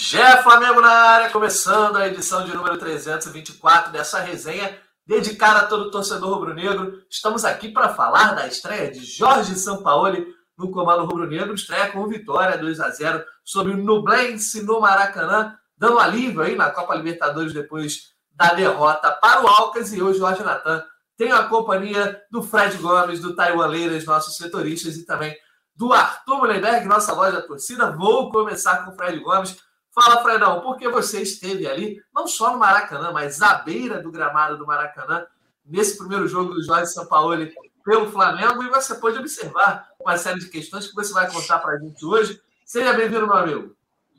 Gé Flamengo na área, começando a edição de número 324 dessa resenha dedicada a todo torcedor rubro-negro. Estamos aqui para falar da estreia de Jorge Sampaoli no comando rubro-negro, estreia com vitória 2-0 sobre o Nublense no Maracanã, dando alívio aí na Copa Libertadores depois da derrota para o Alcas. E hoje, Jorge Natan tem a companhia do Fred Gomes, do Taiwan Leiras, nossos setoristas, e também do Arthur Mullenberg, nossa voz da torcida. Vou começar com o Fred Gomes. Fala, Fredão, porque você esteve ali, não só no Maracanã, mas à beira do gramado do Maracanã, nesse primeiro jogo do Jorge Sampaoli pelo Flamengo, e você pôde observar uma série de questões que você vai contar para a gente hoje. Seja bem-vindo, meu amigo.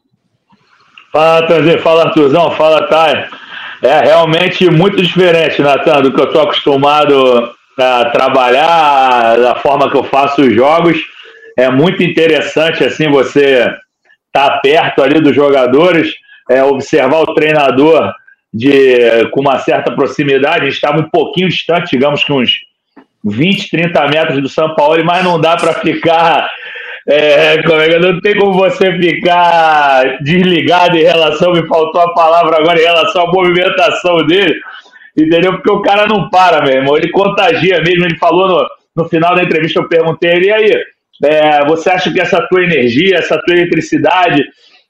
Fala, Tanzê, fala, Arthurzão, fala, Thay. É realmente muito diferente, Natan, do que eu estou acostumado a trabalhar, da forma que eu faço os jogos. É muito interessante, assim, você estar perto ali dos jogadores, observar o treinador com uma certa proximidade. A gente estava um pouquinho distante, digamos que uns 20, 30 metros do Sampaoli, mas não dá para ficar... não tem como você ficar desligado em relação, me faltou a palavra agora, em relação à movimentação dele, entendeu? Porque o cara não para, meu irmão, ele contagia mesmo. Ele falou no final da entrevista, eu perguntei ele, e aí, você acha que essa tua energia, essa tua eletricidade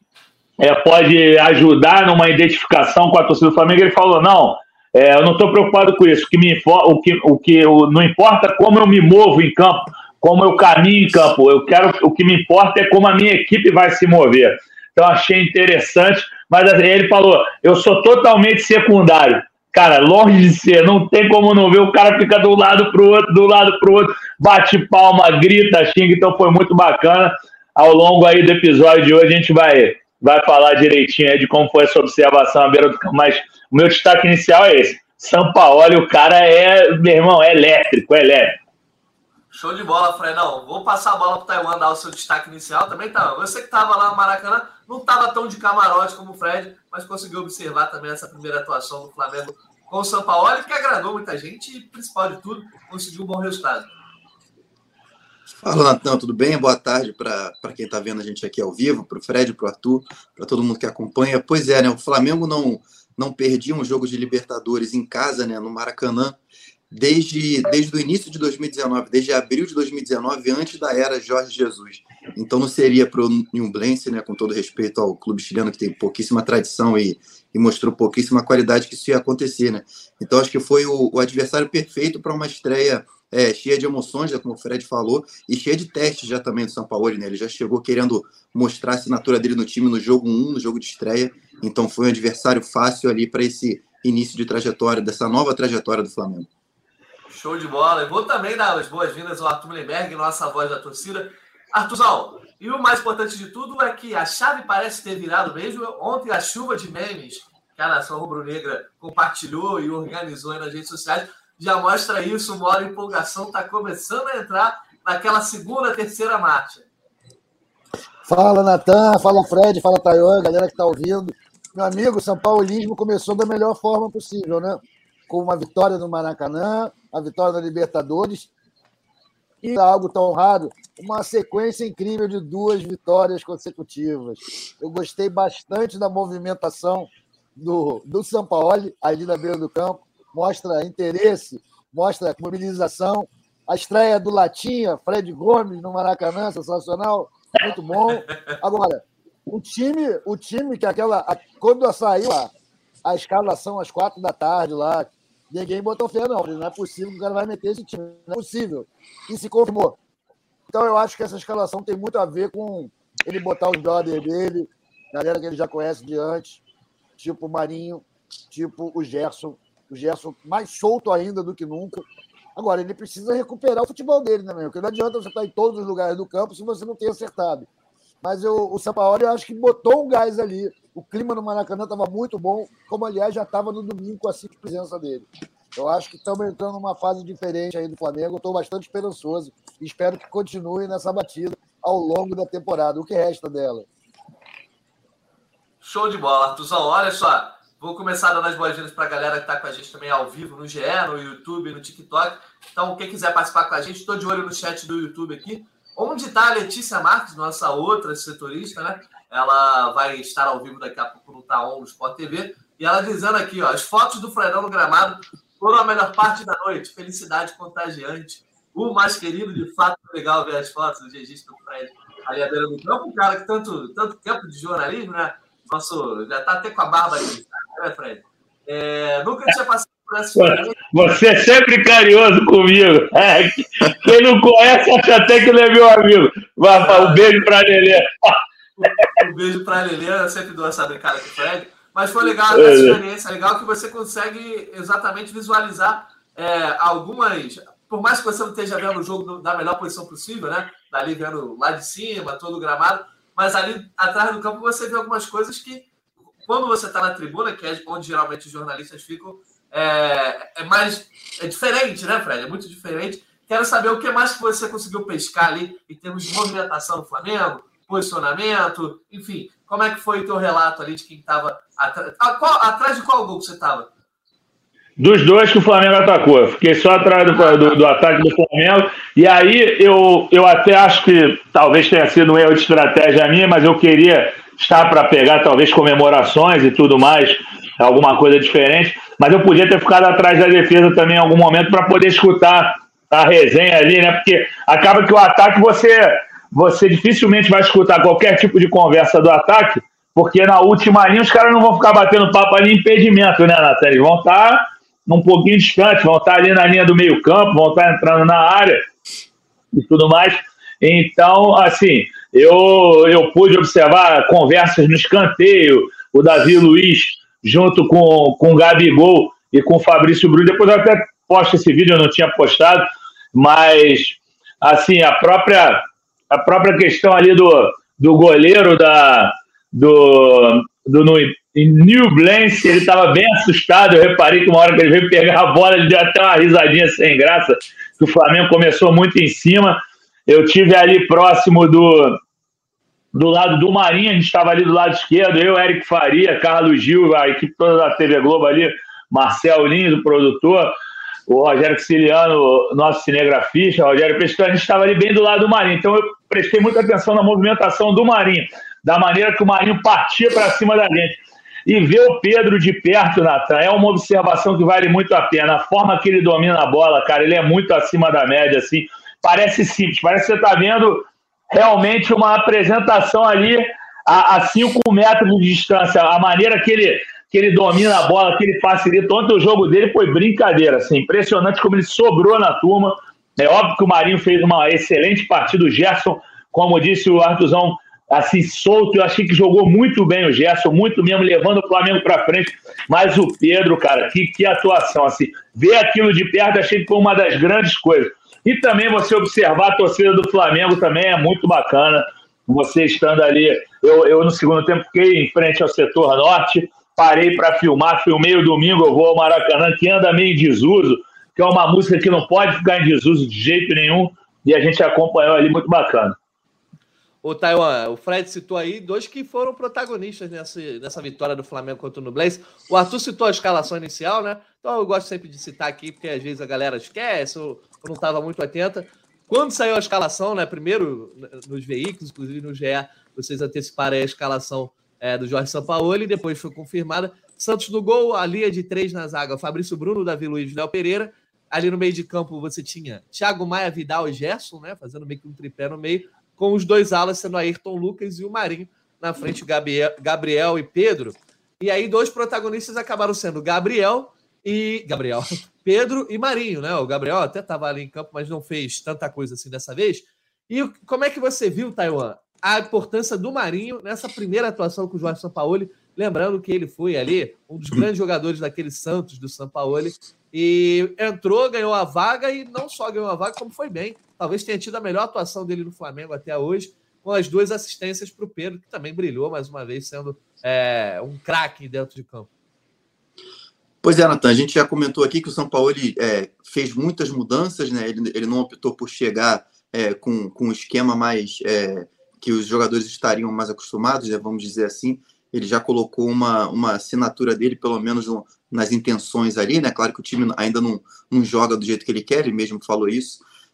pode ajudar numa identificação com a torcida do Flamengo? Ele falou, não, eu não estou preocupado com isso, não importa como eu me movo em campo, como eu caminho em campo, o que me importa é como a minha equipe vai se mover. Então achei interessante, mas ele falou, eu sou totalmente secundário. Cara, longe de ser, não tem como não ver, o cara fica de um lado pro outro, bate palma, grita, xinga. Então foi muito bacana. Ao longo aí do episódio de hoje a gente vai falar direitinho aí de como foi essa observação à beira do campo, mas o meu destaque inicial é esse. Sampaoli, o cara meu irmão, é elétrico. Show de bola, Fredão. Vou passar a bola para o Taiwan dar o seu destaque inicial também, tá? Você que estava lá no Maracanã, não estava tão de camarote como o Fred, mas conseguiu observar também essa primeira atuação do Flamengo com o Sampaoli, que agradou muita gente e, principal de tudo, conseguiu um bom resultado. Fala, Natan, tudo bem? Boa tarde para quem está vendo a gente aqui ao vivo, para o Fred, para o Arthur, para todo mundo que acompanha. Pois é, né? O Flamengo não perdia um jogo de Libertadores em casa, né, no Maracanã, desde o início de 2019, desde abril de 2019, antes da era Jorge Jesus. Então não seria para o Nublense, né, com todo respeito ao clube chileno, que tem pouquíssima tradição e mostrou pouquíssima qualidade, que isso ia acontecer, né? Então acho que foi o adversário perfeito para uma estreia cheia de emoções, como o Fred falou, e cheia de testes já também do Sampaoli, né? Ele já chegou querendo mostrar a assinatura dele no time no jogo 1, no jogo de estreia. Então foi um adversário fácil ali para esse início de trajetória, dessa nova trajetória do Flamengo. Show de bola. Eu vou também dar as boas-vindas ao Arthur Mullenberg, nossa voz da torcida. Arthurzão, e o mais importante de tudo é que a chave parece ter virado mesmo. Ontem a chuva de memes que a Nação Rubro-Negra compartilhou e organizou aí nas redes sociais já mostra isso. Uma hora a empolgação está começando a entrar naquela segunda, terceira marcha. Fala, Natan, fala, Fred, fala, Taiwan, galera que está ouvindo. Meu amigo, o sampaulismo começou da melhor forma possível, né? Com uma vitória no Maracanã, a vitória na Libertadores, e algo tão raro, uma sequência incrível de 2 vitórias consecutivas. Eu gostei bastante da movimentação do Sampaoli ali na beira do campo, mostra interesse, mostra mobilização. A estreia do Latinha, Fred Gomes no Maracanã, sensacional, muito bom. Agora, o time que quando saiu a escalação às 4 da tarde lá, ninguém botou fé, não. Não é possível que o cara vai meter esse time. Não é possível. E se confirmou. Então, eu acho que essa escalação tem muito a ver com ele botar os brothers dele, galera que ele já conhece de antes, tipo o Marinho, tipo o Gerson. O Gerson mais solto ainda do que nunca. Agora, ele precisa recuperar o futebol dele, né, meu? Porque não adianta você estar em todos os lugares do campo se você não tem acertado. Mas o Sampaoli, eu acho que botou um gás ali. O clima no Maracanã estava muito bom, como, aliás, já estava no domingo com a presença dele. Eu acho que estamos entrando numa fase diferente aí do Flamengo. Eu estou bastante esperançoso e espero que continue nessa batida ao longo da temporada, o que resta dela. Show de bola, Arthurzão. Olha só, vou começar dando as boas-vindas para a galera que está com a gente também ao vivo no GE, no YouTube, no TikTok. Então, quem quiser participar com a gente, estou de olho no chat do YouTube aqui. onde está a Letícia Marques, nossa outra setorista, né? Ela vai estar ao vivo daqui a pouco no Taon, no Sport TV, e ela dizendo aqui, ó, as fotos do Fredão no gramado foram a melhor parte da noite, felicidade contagiante. O mais querido, de fato, legal ver as fotos do registro do Fred ali à beira do campo, um cara que tanto tempo de jornalismo, né? Nosso, já está até com a barba ali, né, Fred? Nunca tinha passado por essa experiência. Você é sempre carinhoso comigo. Quem não conhece, acha até que ele é meu amigo. Um beijo para a Lelê. Um beijo para a Lelê, eu sempre dou essa brincada com o Fred. Mas foi legal essa experiência, legal que você consegue exatamente visualizar algumas... Por mais que você não esteja vendo o jogo da melhor posição possível, né? Dali vendo lá de cima, todo o gramado, mas ali atrás do campo você vê algumas coisas que, quando você está na tribuna, que é onde geralmente os jornalistas ficam, é diferente, né, Fred? É muito diferente. Quero saber o que mais que você conseguiu pescar ali em termos de movimentação no Flamengo, posicionamento, enfim. Como é que foi o teu relato ali de quem estava atrás? Atrás de qual gol que você estava? Dos dois que o Flamengo atacou. Eu fiquei só atrás do ataque do Flamengo. E aí eu até acho que talvez tenha sido um erro de estratégia minha, mas eu queria estar para pegar talvez comemorações e tudo mais, alguma coisa diferente. Mas eu podia ter ficado atrás da defesa também em algum momento para poder escutar a resenha ali, né? Porque acaba que o ataque você dificilmente vai escutar qualquer tipo de conversa do ataque, porque na última linha os caras não vão ficar batendo papo ali em impedimento, né, Natan? Eles vão estar um pouquinho distante, vão estar ali na linha do meio campo, vão estar entrando na área e tudo mais. Então, assim, eu pude observar conversas no escanteio, o Davi Luiz junto com o Gabigol e com o Fabrício Bruno. Depois eu até posto esse vídeo, eu não tinha postado, mas, assim, a própria questão ali do goleiro do Nublense, ele estava bem assustado. Eu reparei que uma hora que ele veio pegar a bola, ele deu até uma risadinha sem graça, que o Flamengo começou muito em cima. Eu tive ali próximo do lado do Marinho, a gente estava ali do lado esquerdo, eu, Eric Faria, Carlos Gil, a equipe toda da TV Globo ali, Marcel Lins, o produtor, o Rogério Siciliano, nosso cinegrafista, o Rogério Pescão, a gente estava ali bem do lado do Marinho. Então eu prestei muita atenção na movimentação do Marinho, da maneira que o Marinho partia para cima da gente. E ver o Pedro de perto, Natan, é uma observação que vale muito a pena. A forma que ele domina a bola, cara, ele é muito acima da média, assim. Parece simples, parece que você está vendo realmente uma apresentação ali a 5 metros de distância. A maneira que ele domina a bola, que ele facilita. Ontem o jogo dele foi brincadeira, assim, impressionante como ele sobrou na turma. É óbvio que o Marinho fez uma excelente partida. O Gerson, como disse o Artuzão, assim, solto. Eu achei que jogou muito bem o Gerson, muito mesmo, levando o Flamengo para frente. Mas o Pedro, cara, que atuação, assim. Ver aquilo de perto, achei que foi uma das grandes coisas. E também você observar a torcida do Flamengo também é muito bacana. Você estando ali, eu no segundo tempo fiquei em frente ao setor norte, parei para filmar, filmei o domingo, eu vou ao Maracanã, que anda meio em desuso, que é uma música que não pode ficar em desuso de jeito nenhum, e a gente acompanhou ali, muito bacana. Ô, Taiwan, o Fred citou aí dois que foram protagonistas nessa vitória do Flamengo contra o Nublense. O Arthur citou a escalação inicial, né? Então eu gosto sempre de citar aqui, porque às vezes a galera esquece, ou não estava muito atenta. Quando saiu a escalação, né? Primeiro nos veículos, inclusive no GE, vocês anteciparam a escalação do Jorge Sampaoli, depois foi confirmada. Santos no gol, a linha de 3 na zaga, Fabrício Bruno, Davi Luiz e Léo Pereira. Ali no meio de campo você tinha Thiago Maia, Vidal e Gerson, né? Fazendo meio que um tripé no meio, com os dois alas sendo Ayrton Lucas e o Marinho, na frente Gabriel e Pedro. E aí dois protagonistas acabaram sendo Pedro e Marinho, né? O Gabriel até estava ali em campo, mas não fez tanta coisa assim dessa vez. E como é que você viu, Taiwan, a importância do Marinho nessa primeira atuação com o Jorge Sampaoli? Lembrando que ele foi ali um dos grandes jogadores daquele Santos do Sampaoli, e entrou, ganhou a vaga, e não só ganhou a vaga, como foi bem. Talvez tenha tido a melhor atuação dele no Flamengo até hoje, com as 2 assistências para o Pedro, que também brilhou mais uma vez, sendo um craque dentro de campo. Pois é, Natan, a gente já comentou aqui que o Sampaoli fez muitas mudanças, né? Ele não optou por chegar com um esquema mais que os jogadores estariam mais acostumados, né? Vamos dizer assim. Ele já colocou uma assinatura dele, pelo menos nas intenções ali, né? Claro que o time ainda não joga do jeito que ele quer, ele mesmo falou isso.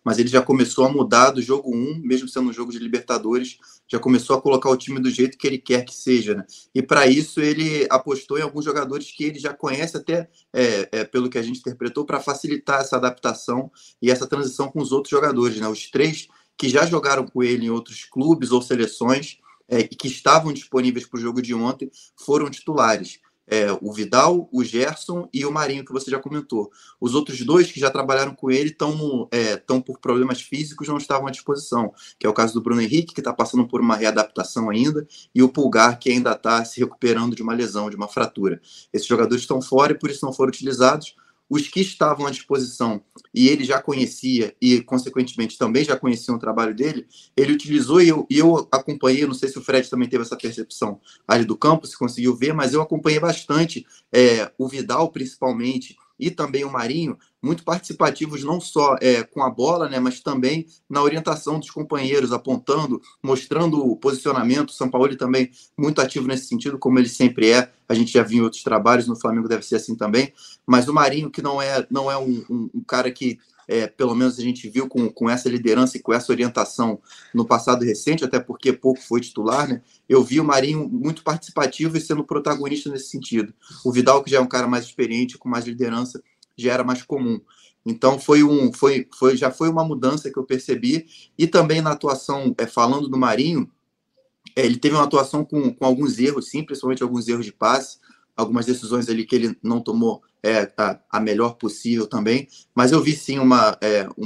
mas ele já começou a mudar do jogo 1, mesmo sendo um jogo de Libertadores, já começou a colocar o time do jeito que ele quer que seja, né? E para isso ele apostou em alguns jogadores que ele já conhece até, pelo que a gente interpretou, para facilitar essa adaptação e essa transição com os outros jogadores, né? Os 3 que já jogaram com ele em outros clubes ou seleções e que estavam disponíveis para o jogo de ontem foram titulares. O Vidal, o Gerson e o Marinho, que você já comentou. Os outros 2 que já trabalharam com ele estão por problemas físicos, não estavam à disposição, que é o caso do Bruno Henrique, que está passando por uma readaptação ainda, e o Pulgar, que ainda está se recuperando de uma lesão, de uma fratura. Esses jogadores estão fora e por isso não foram utilizados. Os que estavam à disposição e ele já conhecia e, consequentemente, também já conheciam o trabalho dele, ele utilizou e eu acompanhei, não sei se o Fred também teve essa percepção ali do campo, se conseguiu ver, mas eu acompanhei bastante o Vidal, principalmente, e também o Marinho, muito participativos não só com a bola, né, mas também na orientação dos companheiros, apontando, mostrando o posicionamento. O Sampaoli também muito ativo nesse sentido, como ele sempre é. A gente já viu em outros trabalhos, no Flamengo deve ser assim também. Mas o Marinho, que não é um cara que, pelo menos a gente viu com essa liderança e com essa orientação no passado recente, até porque pouco foi titular, né? Eu vi o Marinho muito participativo e sendo protagonista nesse sentido. O Vidal, que já é um cara mais experiente, com mais liderança, já era mais comum. Então já foi uma mudança que eu percebi. E também na atuação, falando do Marinho, ele teve uma atuação com alguns erros, sim, principalmente alguns erros de passe, algumas decisões ali que ele não tomou a melhor possível também, mas eu vi sim uma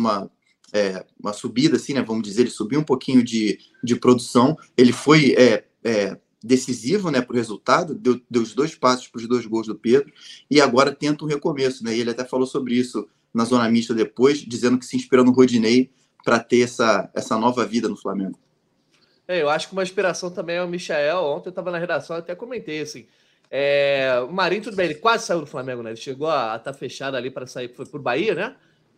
subida, assim, né, vamos dizer, ele subiu um pouquinho de produção, ele foi decisivo, né, para o resultado, deu os 2 passos para os 2 gols do Pedro, e agora tenta um recomeço, né, e ele até falou sobre isso na zona mista depois, dizendo que se inspirou no Rodinei para ter essa nova vida no Flamengo. Eu acho que uma inspiração também é o Michael. Ontem eu estava na redação, até comentei assim. O Marinho, tudo bem, ele quase saiu do Flamengo, né? Ele chegou a estar fechado ali para sair, foi por Bahia, né?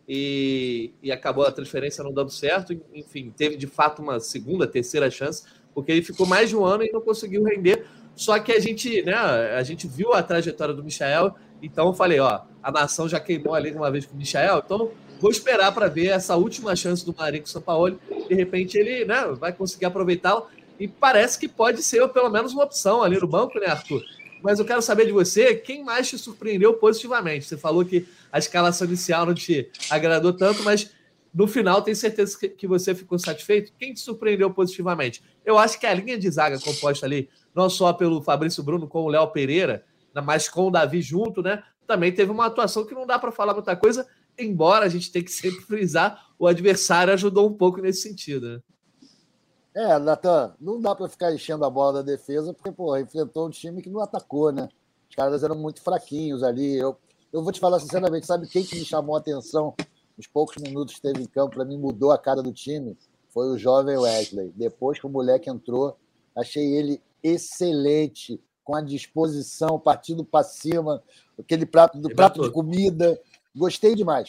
E acabou a transferência não dando certo. Enfim, teve de fato uma segunda, terceira chance, porque ele ficou mais de um ano e não conseguiu render. Só que a gente viu a trajetória do Michael, então eu falei, a nação já queimou ali uma vez com o Michael, então vou esperar para ver essa última chance do Marinho com o Sampaoli. De repente ele, né, vai conseguir aproveitá-la e parece que pode ser pelo menos uma opção ali no banco, né, Arthur? Mas eu quero saber de você, quem mais te surpreendeu positivamente? Você falou que a escalação inicial não te agradou tanto, mas no final tem certeza que você ficou satisfeito? Quem te surpreendeu positivamente? Eu acho que a linha de zaga composta ali, não só pelo Fabrício Bruno, com o Léo Pereira, mas com o Davi junto, né? Também teve uma atuação que não dá para falar muita coisa, embora a gente tenha que sempre frisar, o adversário ajudou um pouco nesse sentido, né? Natan, não dá para ficar enchendo a bola da defesa, porque, enfrentou um time que não atacou, né? Os caras eram muito fraquinhos ali. Eu vou te falar sinceramente, sabe quem que me chamou a atenção nos poucos minutos que esteve em campo, para mim mudou a cara do time? Foi o jovem Wesley. Depois que o moleque entrou, achei ele excelente, com a disposição, partindo para cima, aquele prato de comida. Gostei demais.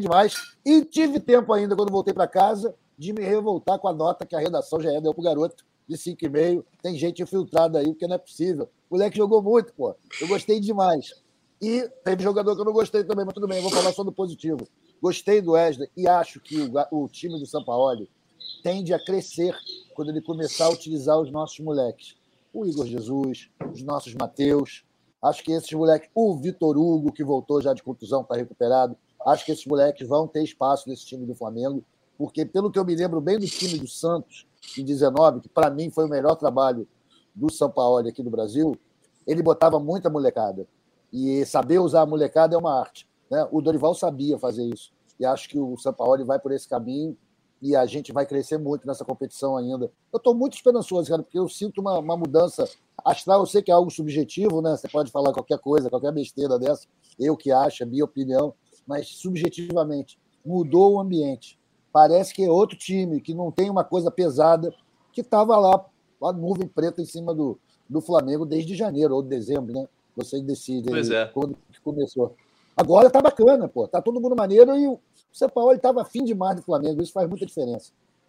E tive tempo ainda, quando voltei para casa, de me revoltar com a nota que a redação já deu pro garoto, de 5,5. Tem gente infiltrada aí, porque não é possível. O moleque jogou muito, pô. Eu gostei demais. E teve jogador que eu não gostei também, mas tudo bem, eu vou falar só do positivo. Gostei do Wesley e acho que o time do Sampaoli tende a crescer quando ele começar a utilizar os nossos moleques. O Igor Jesus, os nossos Mateus. Acho que esses moleques, o Vitor Hugo, que voltou já de contusão, está recuperado. Acho que esses moleques vão ter espaço nesse time do Flamengo, porque, pelo que eu me lembro bem do time do Santos, em 19, que para mim foi o melhor trabalho do Sampaoli aqui no Brasil, ele botava muita molecada. E saber usar a molecada é uma arte, né? O Dorival sabia fazer isso. E acho que o Sampaoli vai por esse caminho e a gente vai crescer muito nessa competição ainda. Eu estou muito esperançoso, cara, porque eu sinto uma mudança astral. Eu sei que é algo subjetivo, né? Você pode falar qualquer coisa, qualquer besteira dessa, eu que acho, é minha opinião, mas subjetivamente mudou o ambiente. Parece que é outro time, que não tem uma coisa pesada, que estava lá, a nuvem preta em cima do Flamengo desde janeiro ou dezembro, né? Vocês decidem quando que começou. Agora tá bacana, pô. Tá todo mundo maneiro e o Sampaoli estava afim demais do Flamengo. Isso faz muita diferença.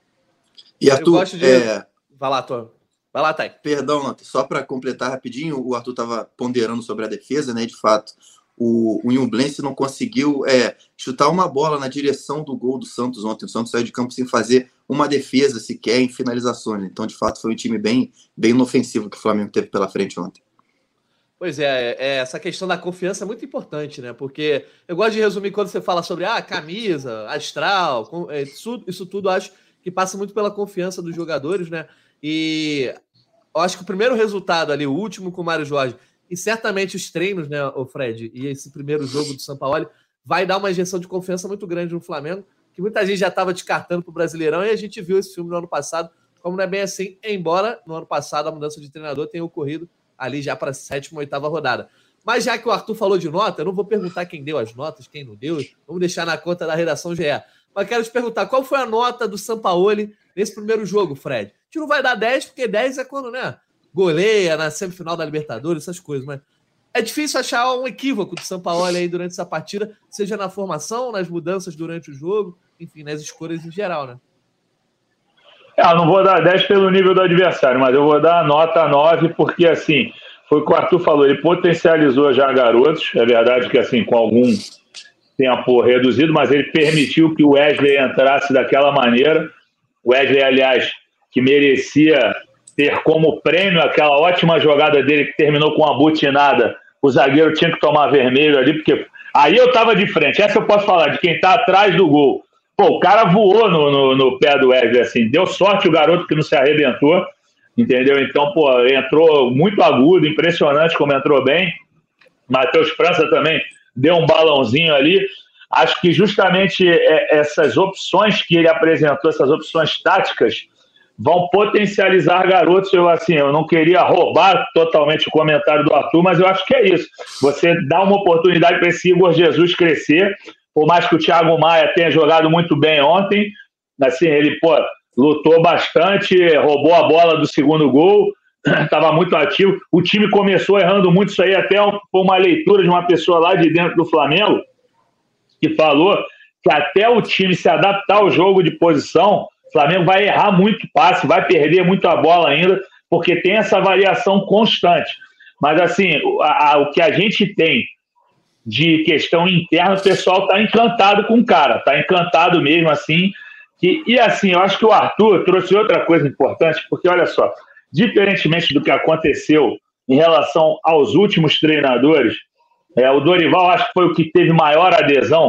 E Arthur, Vai lá, Tom. Vai lá, Thay. Perdão, só para completar rapidinho, o Arthur estava ponderando sobre a defesa, né? De fato, o Ñublense não conseguiu chutar uma bola na direção do gol do Santos ontem. O Santos saiu de campo sem fazer uma defesa sequer em finalizações. Então, de fato, foi um time bem inofensivo que o Flamengo teve pela frente ontem. Pois essa questão da confiança é muito importante, né? Porque eu gosto de resumir quando você fala sobre camisa, astral, isso tudo acho que passa muito pela confiança dos jogadores, né? E eu acho que o primeiro resultado ali, o último com o Mário Jorge, e certamente os treinos, né, o Fred, e esse primeiro jogo do Sampaoli vai dar uma injeção de confiança muito grande no Flamengo, que muita gente já estava descartando para o Brasileirão, e a gente viu esse filme no ano passado, como não é bem assim, embora no ano passado a mudança de treinador tenha ocorrido ali já para a 7ª, 8ª rodada. Mas já que o Arthur falou de nota, eu não vou perguntar quem deu as notas, quem não deu, vamos deixar na conta da redação GE. Mas quero te perguntar, qual foi a nota do Sampaoli nesse primeiro jogo, Fred? A gente não vai dar 10, porque 10 é quando, né, goleia na semifinal da Libertadores, essas coisas, mas é difícil achar um equívoco do Sampaoli aí durante essa partida, seja na formação, nas mudanças durante o jogo, enfim, nas escolhas em geral, né? Eu não vou dar 10 pelo nível do adversário, mas eu vou dar nota 9, porque, assim, foi o que o Arthur falou, ele potencializou já garotos, é verdade que, assim, com algum tempo reduzido, mas ele permitiu que o Wesley entrasse daquela maneira. O Wesley, aliás, que merecia ter como prêmio aquela ótima jogada dele que terminou com uma butinada, o zagueiro tinha que tomar vermelho ali, porque aí eu tava de frente, essa eu posso falar, de quem tá atrás do gol. Pô, o cara voou no pé do Wesley, assim, deu sorte o garoto que não se arrebentou, entendeu? Então, pô, entrou muito agudo, impressionante como entrou bem. Matheus França também deu um balãozinho ali. Acho que justamente essas opções que ele apresentou, essas opções táticas, vão potencializar garotos. Eu não queria roubar totalmente o comentário do Arthur, mas eu acho que é isso. Você dá uma oportunidade para esse Igor Jesus crescer, por mais que o Thiago Maia tenha jogado muito bem ontem, assim, ele, lutou bastante, roubou a bola do segundo gol, estava muito ativo. O time começou errando muito, isso aí até foi uma leitura de uma pessoa lá de dentro do Flamengo, que falou que até o time se adaptar ao jogo de posição, o Flamengo vai errar muito passe, vai perder muito a bola ainda, porque tem essa variação constante. Mas, assim, o que a gente tem de questão interna, o pessoal está encantado com o cara, está encantado mesmo, assim. E, assim, eu acho que o Arthur trouxe outra coisa importante, porque, olha só, diferentemente do que aconteceu em relação aos últimos treinadores, o Dorival acho que foi o que teve maior adesão.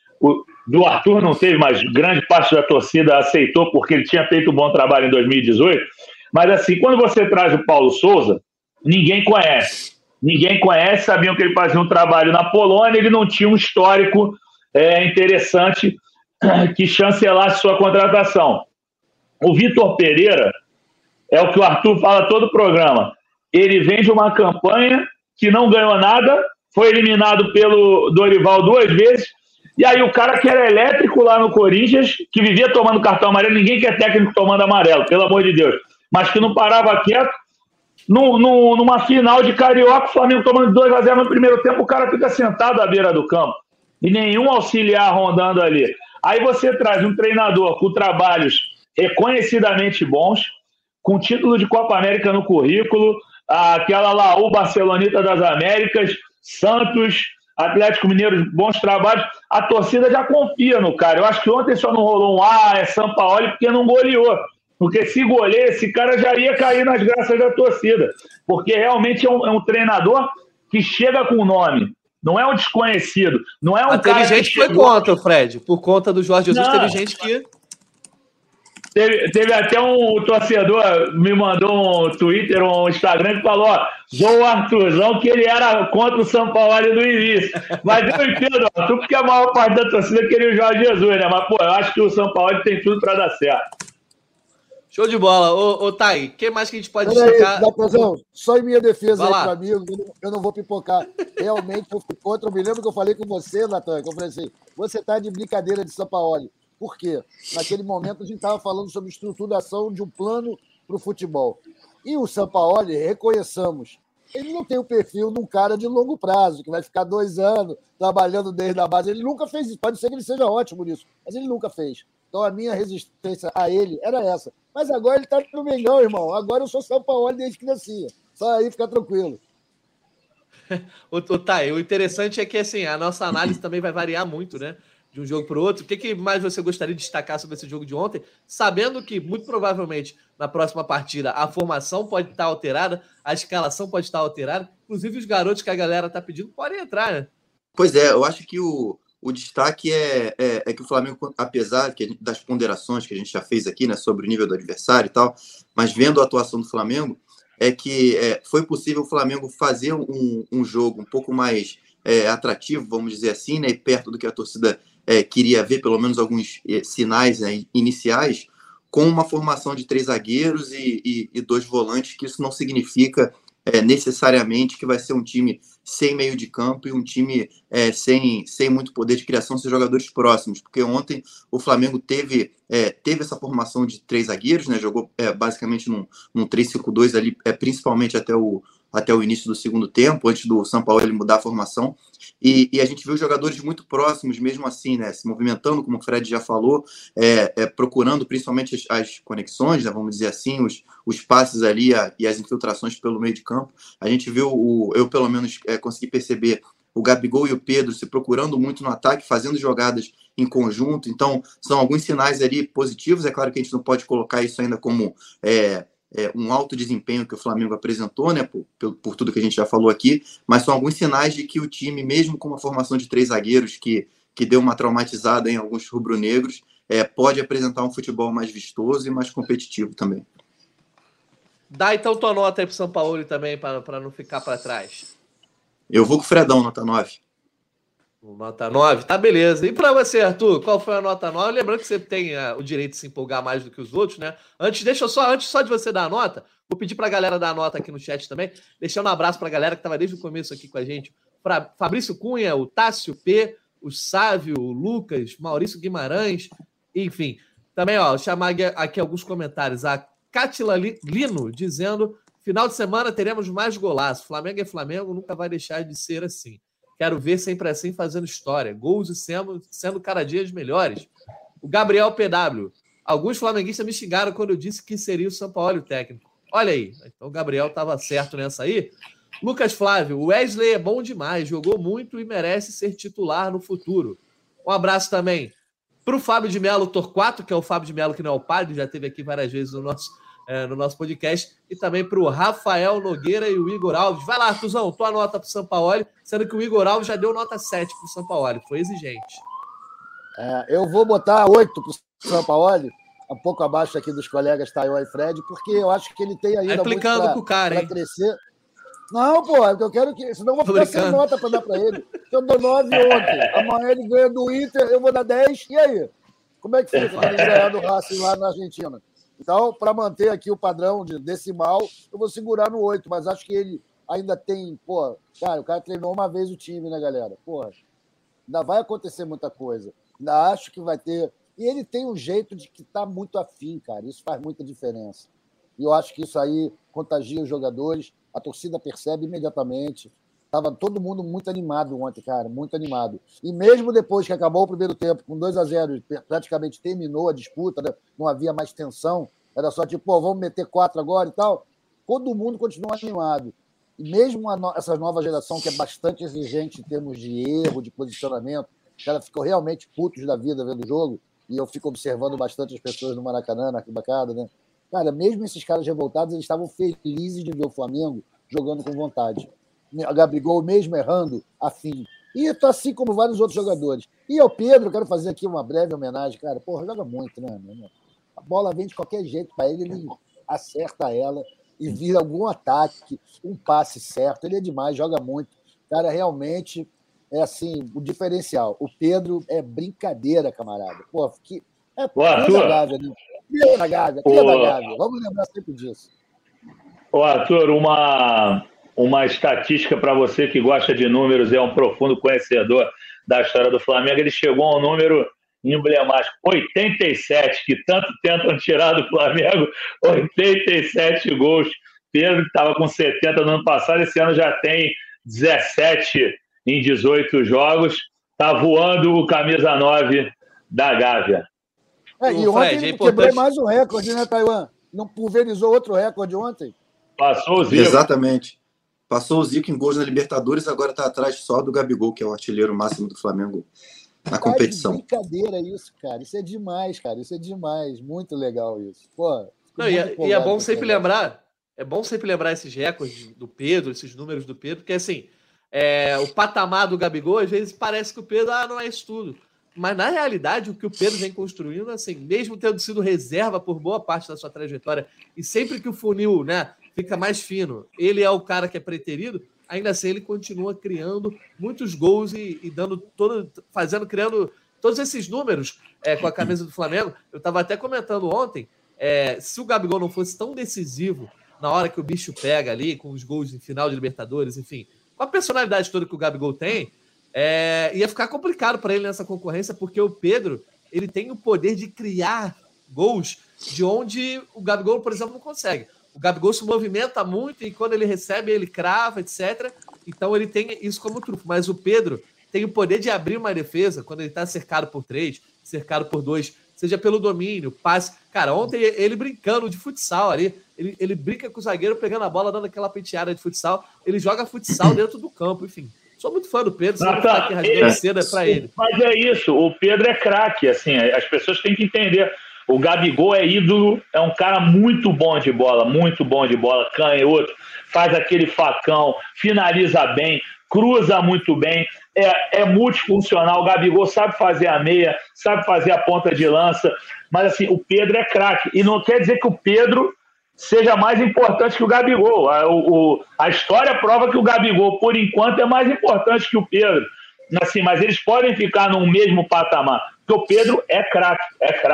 Do Arthur não teve, mas grande parte da torcida aceitou porque ele tinha feito um bom trabalho em 2018. Mas, assim, quando você traz o Paulo Souza, ninguém conhece. Ninguém conhece, sabiam que ele fazia um trabalho na Polônia, ele não tinha um histórico interessante que chancelasse sua contratação. O Vitor Pereira é o que o Arthur fala todo o programa. Ele vem de uma campanha que não ganhou nada, foi eliminado pelo Dorival 2 vezes, e aí o cara que era elétrico lá no Corinthians, que vivia tomando cartão amarelo, ninguém quer técnico tomando amarelo, pelo amor de Deus, mas que não parava quieto, numa final de Carioca, o Flamengo tomando 2-0 no primeiro tempo, o cara fica sentado à beira do campo, e nenhum auxiliar rondando ali. Aí você traz um treinador com trabalhos reconhecidamente bons, com título de Copa América no currículo, aquela lá, o Barceloneta das Américas, Santos, Atlético Mineiro, bons trabalhos, a torcida já confia no cara. Eu acho que ontem só não rolou Sampaoli porque não goleou. Porque se goleia, esse cara já ia cair nas graças da torcida. Porque realmente é um treinador que chega com nome. Não é um desconhecido. Não é um cara teve gente que foi contra, Fred. Por conta do Jorge Jesus, teve gente que... Teve até um torcedor, me mandou um Twitter, um Instagram, que falou, zoou o Arthurzão, que ele era contra o Sampaoli no início. Mas eu entendo, Arthur, porque a maior parte da torcida queria o Jorge Jesus, né? Mas, eu acho que o Sampaoli tem tudo para dar certo. Show de bola. Ô Thay, o que mais que a gente pode destacar? Só em minha defesa aí, meu amigo, eu não vou pipocar. Realmente eu fui contra. Eu me lembro que eu falei com você, Natan, que eu falei assim, você tá de brincadeira de Sampaoli. Por quê? Naquele momento a gente estava falando sobre estruturação de um plano para o futebol. E o Sampaoli, reconheçamos, ele não tem o perfil de um cara de longo prazo, que vai ficar 2 anos trabalhando desde a base. Ele nunca fez isso. Pode ser que ele seja ótimo nisso, mas ele nunca fez. Então a minha resistência a ele era essa. Mas agora ele está no Mengão, irmão. Agora eu sou Sampaoli desde que nascia. Só aí, fica tranquilo. O interessante é que assim, a nossa análise também vai variar muito, né? De um jogo para o outro. O que mais você gostaria de destacar sobre esse jogo de ontem? Sabendo que, muito provavelmente, na próxima partida, a formação pode estar alterada, a escalação pode estar alterada. Inclusive, os garotos que a galera está pedindo podem entrar, né? Pois é, eu acho que o destaque é que o Flamengo, apesar das ponderações que a gente já fez aqui, né, sobre o nível do adversário e tal, mas vendo a atuação do Flamengo, foi possível o Flamengo fazer um jogo um pouco mais atrativo, vamos dizer assim, né, e perto do que a torcida queria ver, pelo menos alguns sinais, né, iniciais, com uma formação de 3 zagueiros e 2 volantes, que isso não significa necessariamente que vai ser um time sem meio de campo e um time sem muito poder de criação, sem jogadores próximos, porque ontem o Flamengo teve essa formação de 3 zagueiros, né, jogou basicamente num 3-5-2 ali, principalmente até o início do segundo tempo, antes do Sampaoli mudar a formação, e a gente viu jogadores muito próximos, mesmo assim, né, se movimentando, como o Fred já falou, procurando principalmente as conexões, né, vamos dizer assim, os passes ali e as infiltrações pelo meio de campo. A gente viu, eu pelo menos consegui perceber o Gabigol e o Pedro se procurando muito no ataque, fazendo jogadas em conjunto, então são alguns sinais ali positivos. É claro que a gente não pode colocar isso ainda como um alto desempenho que o Flamengo apresentou, né, por tudo que a gente já falou aqui, mas são alguns sinais de que o time, mesmo com uma formação de 3 zagueiros que deu uma traumatizada em alguns rubro-negros, pode apresentar um futebol mais vistoso e mais competitivo também. Dá então tua nota aí pro Sampaoli também, para não ficar para trás. Eu vou com o Fredão, nota 9. Nota 9, tá beleza. E para você, Arthur, qual foi a nota 9? Lembrando que você tem o direito de se empolgar mais do que os outros, né? Antes só de você dar a nota, vou pedir pra galera dar a nota aqui no chat também, deixando um abraço pra galera que tava desde o começo aqui com a gente. Pra Fabrício Cunha, o Tássio P, o Sávio, o Lucas, Maurício Guimarães, enfim. Também, chamar aqui alguns comentários. A Cátila Lino dizendo: final de semana teremos mais golaço. Flamengo é Flamengo, nunca vai deixar de ser assim. Quero ver sempre assim fazendo história. Gols e sendo cada dia melhores. O Gabriel PW. Alguns flamenguistas me xingaram quando eu disse que seria o Sampaoli o técnico. Olha aí. Então o Gabriel estava certo nessa aí. Lucas Flávio. O Wesley é bom demais. Jogou muito e merece ser titular no futuro. Um abraço também para o Fábio de Melo Torquato, que é o Fábio de Melo que não é o padre, já esteve aqui várias vezes no nosso podcast, e também para o Rafael Nogueira e o Igor Alves. Vai lá, Artuzão, tua nota para o Sampaoli, sendo que o Igor Alves já deu nota 7 para o Sampaoli, foi exigente. Eu vou botar 8 para o Sampaoli, um pouco abaixo aqui dos colegas Tayo e Fred, porque eu acho que ele tem ainda muito para crescer. Não, pô, é porque eu quero que... Senão eu vou ficar sem nota para dar para ele. Eu dou 9 ontem, amanhã ele ganha do Inter, eu vou dar 10, e aí? Como é que fica quando ele ganhar do Racing lá na Argentina? Então, para manter aqui o padrão de decimal, eu vou segurar no 8, mas acho que ele ainda tem... Pô, cara, o cara treinou uma vez o time, né, galera? Porra, ainda vai acontecer muita coisa. Ainda acho que vai ter... E ele tem um jeito de que tá muito afim, cara. Isso faz muita diferença. E eu acho que isso aí contagia os jogadores, a torcida percebe imediatamente. Estava todo mundo muito animado ontem, cara, muito animado. E mesmo depois que acabou o primeiro tempo, com 2-0, praticamente terminou a disputa, né? Não havia mais tensão, era só tipo, pô, vamos meter 4 agora e tal. Todo mundo continua animado. E mesmo essa nova geração, que é bastante exigente em termos de erro, de posicionamento, ela ficou realmente putos da vida vendo o jogo, e eu fico observando bastante as pessoas no Maracanã, na arquibancada, né? Cara, mesmo esses caras revoltados, eles estavam felizes de ver o Flamengo jogando com vontade. A Gabigol mesmo errando, afim. E assim como vários outros jogadores. E ao Pedro, quero fazer aqui uma breve homenagem, cara. Porra, joga muito, né? A bola vem de qualquer jeito para ele, ele acerta ela e vira algum ataque, um passe certo. Ele é demais, joga muito. Cara, realmente é assim, o diferencial. O Pedro é brincadeira, camarada. Pô, que é cria da Gávea, né? Cria da Gávea. Vamos lembrar sempre disso. Ô, Arthur, uma estatística para você que gosta de números, é um profundo conhecedor da história do Flamengo. Ele chegou a um número emblemático, 87, que tanto tentam tirar do Flamengo, 87 gols. Pedro estava com 70 no ano passado, esse ano já tem 17 em 18 jogos. Está voando o camisa 9 da Gávea. E ontem ele quebrou mais um recorde, né, Taiwan? Não pulverizou outro recorde ontem? Passou o Zico. Exatamente. Passou o Zico em gols na Libertadores, agora está atrás só do Gabigol, que é o artilheiro máximo do Flamengo na competição. De brincadeira isso, cara. Isso é demais, cara. Isso é demais. Muito legal isso. Pô, não, e é bom sempre lembrar. É bom sempre lembrar esses recordes do Pedro, esses números do Pedro, porque assim, o patamar do Gabigol, às vezes parece que o Pedro não é isso tudo. Mas, na realidade, o que o Pedro vem construindo, assim, mesmo tendo sido reserva por boa parte da sua trajetória, e sempre que o funil, né, fica mais fino, ele é o cara que é preterido, ainda assim ele continua criando muitos gols e criando todos esses números com a camisa do Flamengo. Eu estava até comentando ontem, se o Gabigol não fosse tão decisivo na hora que o bicho pega ali, com os gols em final de Libertadores, enfim, com a personalidade toda que o Gabigol tem, ia ficar complicado para ele nessa concorrência, porque o Pedro ele tem o poder de criar gols de onde o Gabigol, por exemplo, não consegue. O Gabigol se movimenta muito e quando ele recebe, ele crava, etc. Então ele tem isso como trunfo. Mas o Pedro tem o poder de abrir uma defesa quando ele está cercado por 3, cercado por 2, seja pelo domínio, passe. Cara, ontem ele brincando de futsal ali, ele brinca com o zagueiro pegando a bola, dando aquela penteada de futsal. Ele joga futsal dentro do campo, enfim. Sou muito fã do Pedro, só tá aqui rasgando seda para ele. Mas é isso, o Pedro é craque, assim, as pessoas têm que entender. O Gabigol é ídolo, é um cara muito bom de bola, canhoto, faz aquele facão, finaliza bem, cruza muito bem, é multifuncional. O Gabigol sabe fazer a meia, sabe fazer a ponta de lança, mas assim, o Pedro é craque. E não quer dizer que o Pedro seja mais importante que o Gabigol. A história prova que o Gabigol, por enquanto, é mais importante que o Pedro. Assim, mas eles podem ficar no mesmo patamar, porque o Pedro é craque.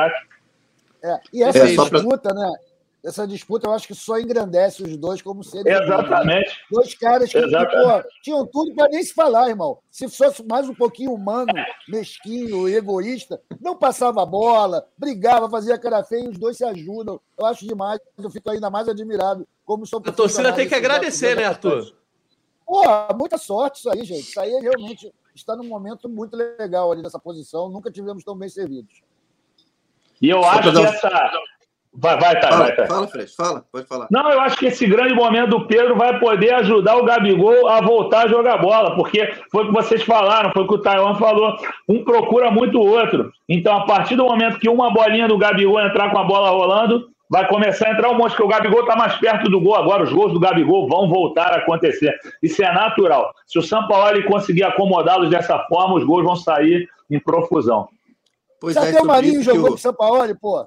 E essa disputa, né? Essa disputa eu acho que só engrandece os dois como seres humanos. Exatamente. Né? Dois caras que tinham tudo para nem se falar, irmão. Se fosse mais um pouquinho humano, mesquinho, egoísta, não passava a bola, brigava, fazia cara feia e os dois se ajudam. Eu acho demais, eu fico ainda mais admirado. Como são a torcida tem que agradecer, né, Arthur? Pô, muita sorte isso aí, gente. Isso aí realmente está num momento muito legal ali nessa posição. Nunca tivemos tão bem servidos. E eu acho que essa... Vai. Fala, Fred, pode falar. Não, eu acho que esse grande momento do Pedro vai poder ajudar o Gabigol a voltar a jogar bola, porque foi o que vocês falaram, foi o que o Taiwan falou, um procura muito o outro. Então, a partir do momento que uma bolinha do Gabigol entrar com a bola rolando, vai começar a entrar um monte, que o Gabigol está mais perto do gol agora, os gols do Gabigol vão voltar a acontecer. Isso é natural. Se o Sampaoli conseguir acomodá-los dessa forma, os gols vão sair em profusão. Pois até o Marinho jogou com o Sampaoli, pô.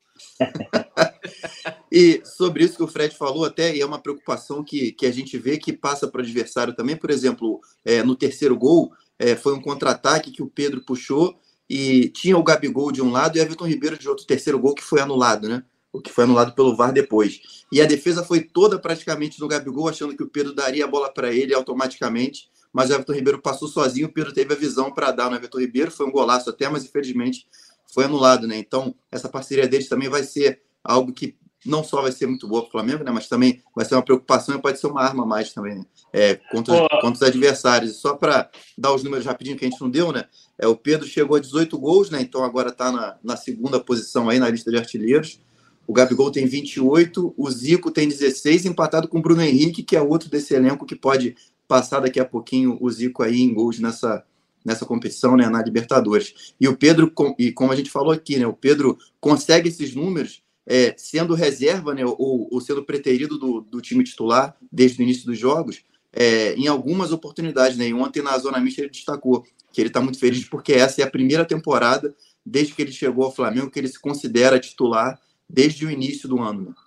E sobre isso que o Fred falou até, e é uma preocupação que a gente vê que passa para o adversário também, por exemplo, no terceiro gol, foi um contra-ataque que o Pedro puxou e tinha o Gabigol de um lado e o Everton Ribeiro de outro, terceiro gol que foi anulado, né? O que foi anulado pelo VAR depois. E a defesa foi toda praticamente no Gabigol, achando que o Pedro daria a bola para ele automaticamente, mas o Everton Ribeiro passou sozinho, o Pedro teve a visão para dar no Everton Ribeiro, foi um golaço até, mas infelizmente foi anulado, né? Então, essa parceria deles também vai ser algo que não só vai ser muito boa para o Flamengo, né? Mas também vai ser uma preocupação e pode ser uma arma a mais também, né? Contra os adversários. Só para dar os números rapidinho que a gente não deu, né? O Pedro chegou a 18 gols, né? Então agora está na segunda posição aí na lista de artilheiros. O Gabigol tem 28, o Zico tem 16, empatado com o Bruno Henrique, que é outro desse elenco que pode passar daqui a pouquinho o Zico aí em gols nessa competição, né, na Libertadores. E o Pedro, e como a gente falou aqui, né, o Pedro consegue esses números sendo reserva, né, ou sendo preterido do time titular desde o início dos jogos, em algumas oportunidades, né, e ontem na Zona Mista ele destacou que ele está muito feliz porque essa é a primeira temporada desde que ele chegou ao Flamengo que ele se considera titular desde o início do ano. Né?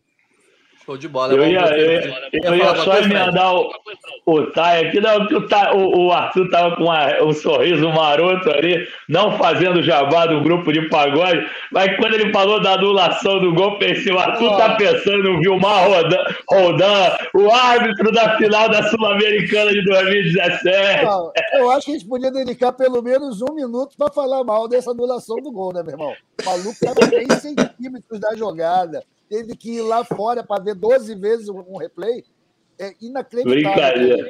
Show de bola. Eu ia só emendar o Thay aqui, não, que o Arthur estava com um sorriso maroto ali, não fazendo jabá do grupo de pagode, mas quando ele falou da anulação do gol, pensei, o Arthur está pensando no Vilmar Roldan, o árbitro da final da Sul-Americana de 2017. Não, eu acho que a gente podia dedicar pelo menos 1 minuto para falar mal dessa anulação do gol, né, meu irmão? O maluco estava 3 centímetros da jogada. Teve que ir lá fora para ver 12 vezes um replay. É inacreditável.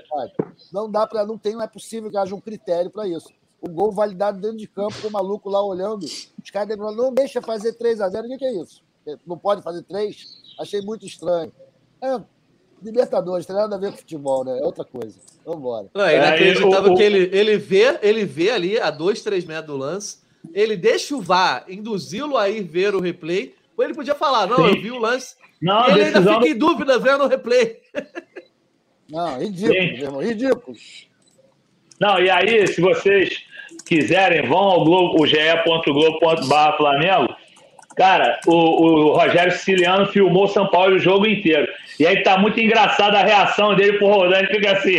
Não é possível que haja um critério para isso. O gol validado dentro de campo, com o maluco lá olhando, os caras não deixa fazer 3-0. O que é isso? Não pode fazer 3? Achei muito estranho. Libertadores, tem nada a ver com futebol, né? É outra coisa. Vamos embora. Não, é inacreditável que ele vê ali a 2, 3 metros do lance, ele deixa o VAR induzi-lo a ir ver o replay, ou ele podia falar, não, eu vi o lance, não, e ele ainda fica em dúvida vendo o replay. Não, ridículo, meu irmão, ridículo. Não, e aí, se vocês quiserem, vão ao Globo, o ge.globo.br/Flamengo. Cara, o Rogério Siciliano filmou o São Paulo o jogo inteiro. E aí tá muito engraçada a reação dele pro Roldan. Ele fica assim...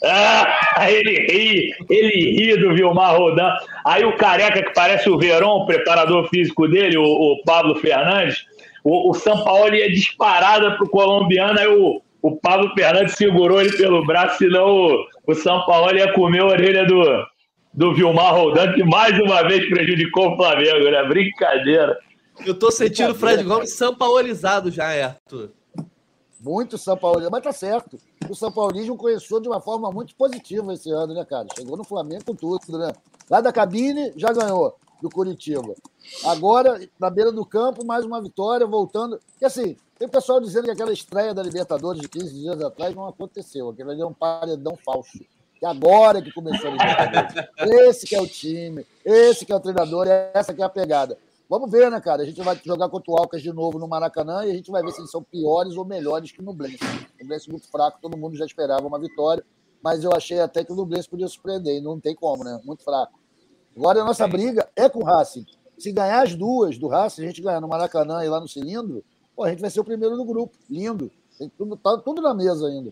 ele ri do Vilmar Roldan. Aí o careca, que parece o Verón, o preparador físico dele, o Pablo Fernandes, o São Paulo ia disparada pro colombiano, aí o Pablo Fernandes segurou ele pelo braço, senão o São Paulo ia comer a orelha do Vilmar Roldan, que mais uma vez prejudicou o Flamengo, né? Brincadeira. Eu tô sentindo o Fred Gomes sampaolizado já, Arthur. Muito sampaolizado, mas tá certo. O sampaulismo começou de uma forma muito positiva esse ano, né, cara? Chegou no Flamengo com tudo, né? Lá da cabine, já ganhou do Curitiba. Agora, na beira do campo, mais uma vitória, voltando. Porque, assim, tem o pessoal dizendo que aquela estreia da Libertadores de 15 dias atrás não aconteceu. Aquilo ali é um paredão falso. Que agora que começou a Libertadores. Esse que é o time, esse que é o treinador, essa que é a pegada. Vamos ver, né, cara? A gente vai jogar contra o Alcas de novo no Maracanã e a gente vai ver se eles são piores ou melhores que o Nublense. O Nublense muito fraco, todo mundo já esperava uma vitória, mas eu achei até que o Nublense podia surpreender, e não tem como, né? Muito fraco. Agora a nossa briga é com o Racing. Se ganhar as duas do Racing, a gente ganhar no Maracanã e lá no Cilindro, pô, a gente vai ser o primeiro do grupo. Lindo. Tá tudo na mesa ainda.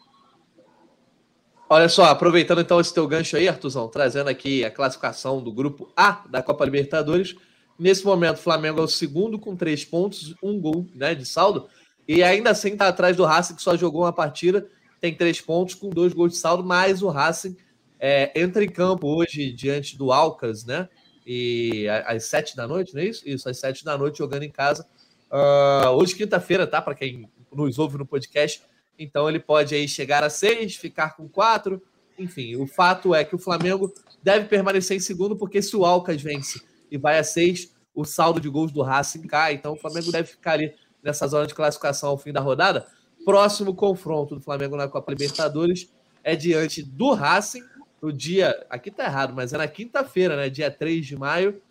Olha só, aproveitando então esse teu gancho aí, Arthurzão, trazendo aqui a classificação do grupo A da Copa Libertadores. Nesse momento, o Flamengo é o segundo com 3 pontos, 1 gol, né, de saldo, e ainda assim está atrás do Racing, que só jogou uma partida, tem 3 pontos com 2 gols de saldo, mas o Racing entra em campo hoje diante do Alcas, né, e às 7 da noite, não é isso? Isso, às 7 da noite, jogando em casa. Hoje, quinta-feira, tá? Para quem nos ouve no podcast, então ele pode aí chegar a 6, ficar com 4, enfim, o fato é que o Flamengo deve permanecer em segundo, porque se o Alcas vence e vai a 6, o saldo de gols do Racing cai, então o Flamengo deve ficar ali nessa zona de classificação ao fim da rodada. Próximo confronto do Flamengo na Copa Libertadores é diante do Racing, no dia, aqui tá errado, mas é na quinta-feira, né, dia 3 de maio,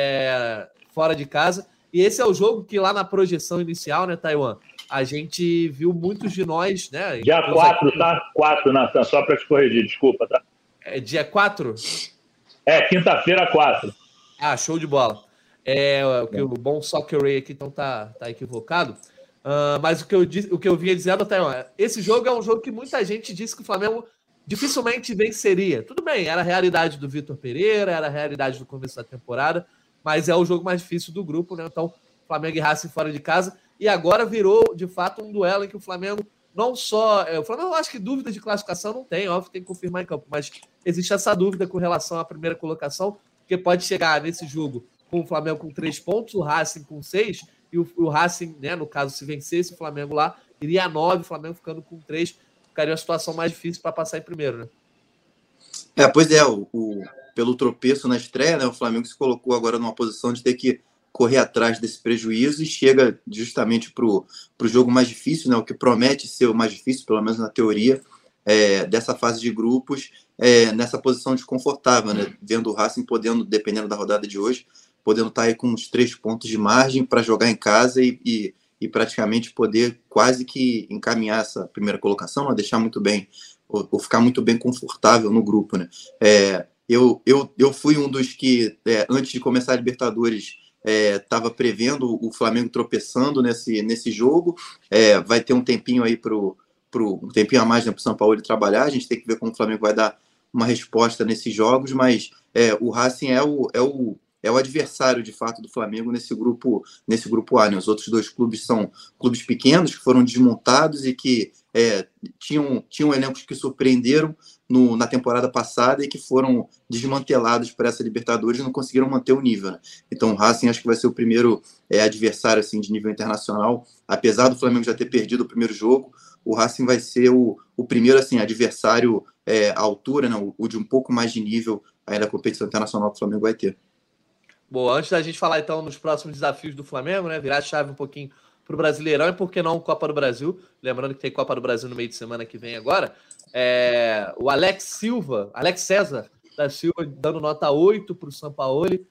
fora de casa, e esse é o jogo que lá na projeção inicial, né, Taiwan, a gente viu muitos de nós, né? Dia 4, aqui, tá? 4, Natan, só para te corrigir, desculpa, tá? É dia 4? Quinta-feira, 4. Ah, show de bola. O bom Soccer Ray aqui então tá equivocado. Mas o que eu vinha dizendo até, esse jogo é um jogo que muita gente disse que o Flamengo dificilmente venceria. Tudo bem, era a realidade do Vitor Pereira, era a realidade do começo da temporada, mas é o jogo mais difícil do grupo, né? Então, Flamengo e Racing fora de casa. E agora virou, de fato, um duelo em que o Flamengo não só... o Flamengo, eu acho que dúvida de classificação não tem, óbvio, tem que confirmar em campo, mas existe essa dúvida com relação à primeira colocação, porque pode chegar nesse jogo com o Flamengo com 3 pontos, o Racing com 6, e o Racing, né, no caso, se vencesse o Flamengo lá, iria a 9, o Flamengo ficando com 3, ficaria uma situação mais difícil para passar em primeiro, né? Pois é, pelo tropeço na estreia, né, o Flamengo se colocou agora numa posição de ter que correr atrás desse prejuízo e chega justamente para o jogo mais difícil, né, o que promete ser o mais difícil, pelo menos na teoria, dessa fase de grupos, nessa posição desconfortável, né, vendo o Racing podendo, dependendo da rodada de hoje, podendo estar aí com uns 3 pontos de margem para jogar em casa e praticamente poder quase que encaminhar essa primeira colocação, né, deixar muito bem, ou ficar muito bem confortável no grupo, né. Eu fui um dos que, antes de começar a Libertadores, estava prevendo o Flamengo tropeçando nesse jogo. Vai ter um tempinho aí um tempinho a mais, né, para o São Paulo trabalhar. A gente tem que ver como o Flamengo vai dar uma resposta nesses jogos, mas o Racing é o adversário de fato do Flamengo nesse grupo A, né? Os outros 2 clubes são clubes pequenos que foram desmontados e que tinham elencos que surpreenderam na temporada passada e que foram desmantelados para essa Libertadores e não conseguiram manter o nível, né? Então o Racing acho que vai ser o primeiro adversário assim, de nível internacional. Apesar do Flamengo já ter perdido o primeiro jogo, o Racing vai ser o primeiro assim, adversário à altura, né? O de um pouco mais de nível aí da competição internacional que o Flamengo vai ter. Bom, antes da gente falar então nos próximos desafios do Flamengo, né, virar a chave um pouquinho para o Brasileirão e por que não Copa do Brasil. Lembrando que tem Copa do Brasil no meio de semana que vem agora. O Alex César da Silva dando nota 8 para o Sampaoli.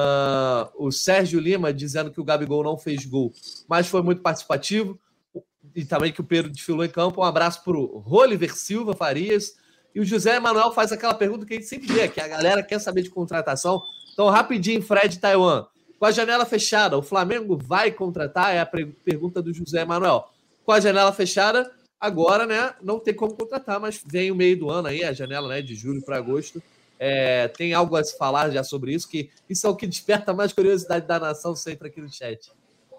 O Sérgio Lima dizendo que o Gabigol não fez gol, mas foi muito participativo. E também que o Pedro desfilou em campo. Um abraço para o Roliver Silva Farias. E o José Emanuel faz aquela pergunta que a gente sempre vê, que a galera quer saber de contratação. Então, rapidinho, Fred Taiwan. Com a janela fechada, o Flamengo vai contratar? É a pergunta do José Emanuel. Com a janela fechada, agora, né, não tem como contratar, mas vem o meio do ano aí, a janela, né, de julho para agosto. Tem algo a se falar já sobre isso, que isso é o que desperta mais curiosidade da nação sempre aqui no chat.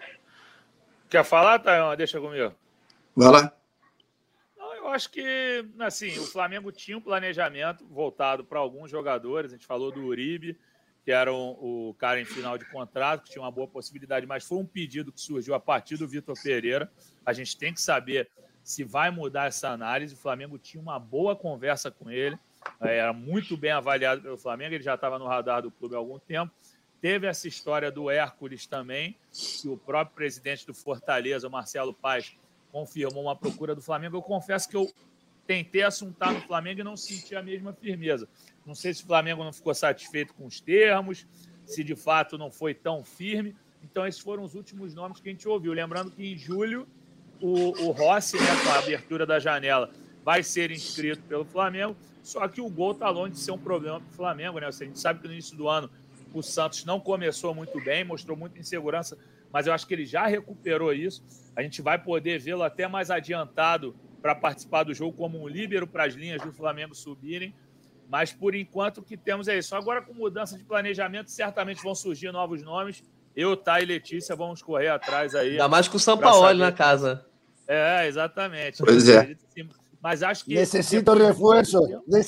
Quer falar, Taiwan? Deixa comigo. Vai lá. Eu acho que, assim, o Flamengo tinha um planejamento voltado para alguns jogadores. A gente falou do Uribe, que era o cara em final de contrato, que tinha uma boa possibilidade, mas foi um pedido que surgiu a partir do Vitor Pereira. A gente tem que saber se vai mudar essa análise. O Flamengo tinha uma boa conversa com ele, era muito bem avaliado pelo Flamengo, ele já estava no radar do clube há algum tempo. Teve essa história do Hércules também, que o próprio presidente do Fortaleza, o Marcelo Paes, confirmou uma procura do Flamengo. Eu confesso que eu tentei assuntar no Flamengo e não senti a mesma firmeza. Não sei se o Flamengo não ficou satisfeito com os termos, se de fato não foi tão firme. Então, esses foram os últimos nomes que a gente ouviu. Lembrando que em julho, o Rossi, né, com a abertura da janela, vai ser inscrito pelo Flamengo. Só que o gol está longe de ser um problema para o Flamengo, né? A gente sabe que no início do ano o Santos não começou muito bem, mostrou muita insegurança, mas eu acho que ele já recuperou isso. A gente vai poder vê-lo até mais adiantado para participar do jogo como um líbero para as linhas do Flamengo subirem. Mas, por enquanto, o que temos é isso. Agora, com mudança de planejamento, certamente vão surgir novos nomes. Eu, Thay e Letícia vamos correr atrás aí. Ainda mais com o Sampaoli na casa. Exatamente. Pois é. Mas acho que... Necessito reforço.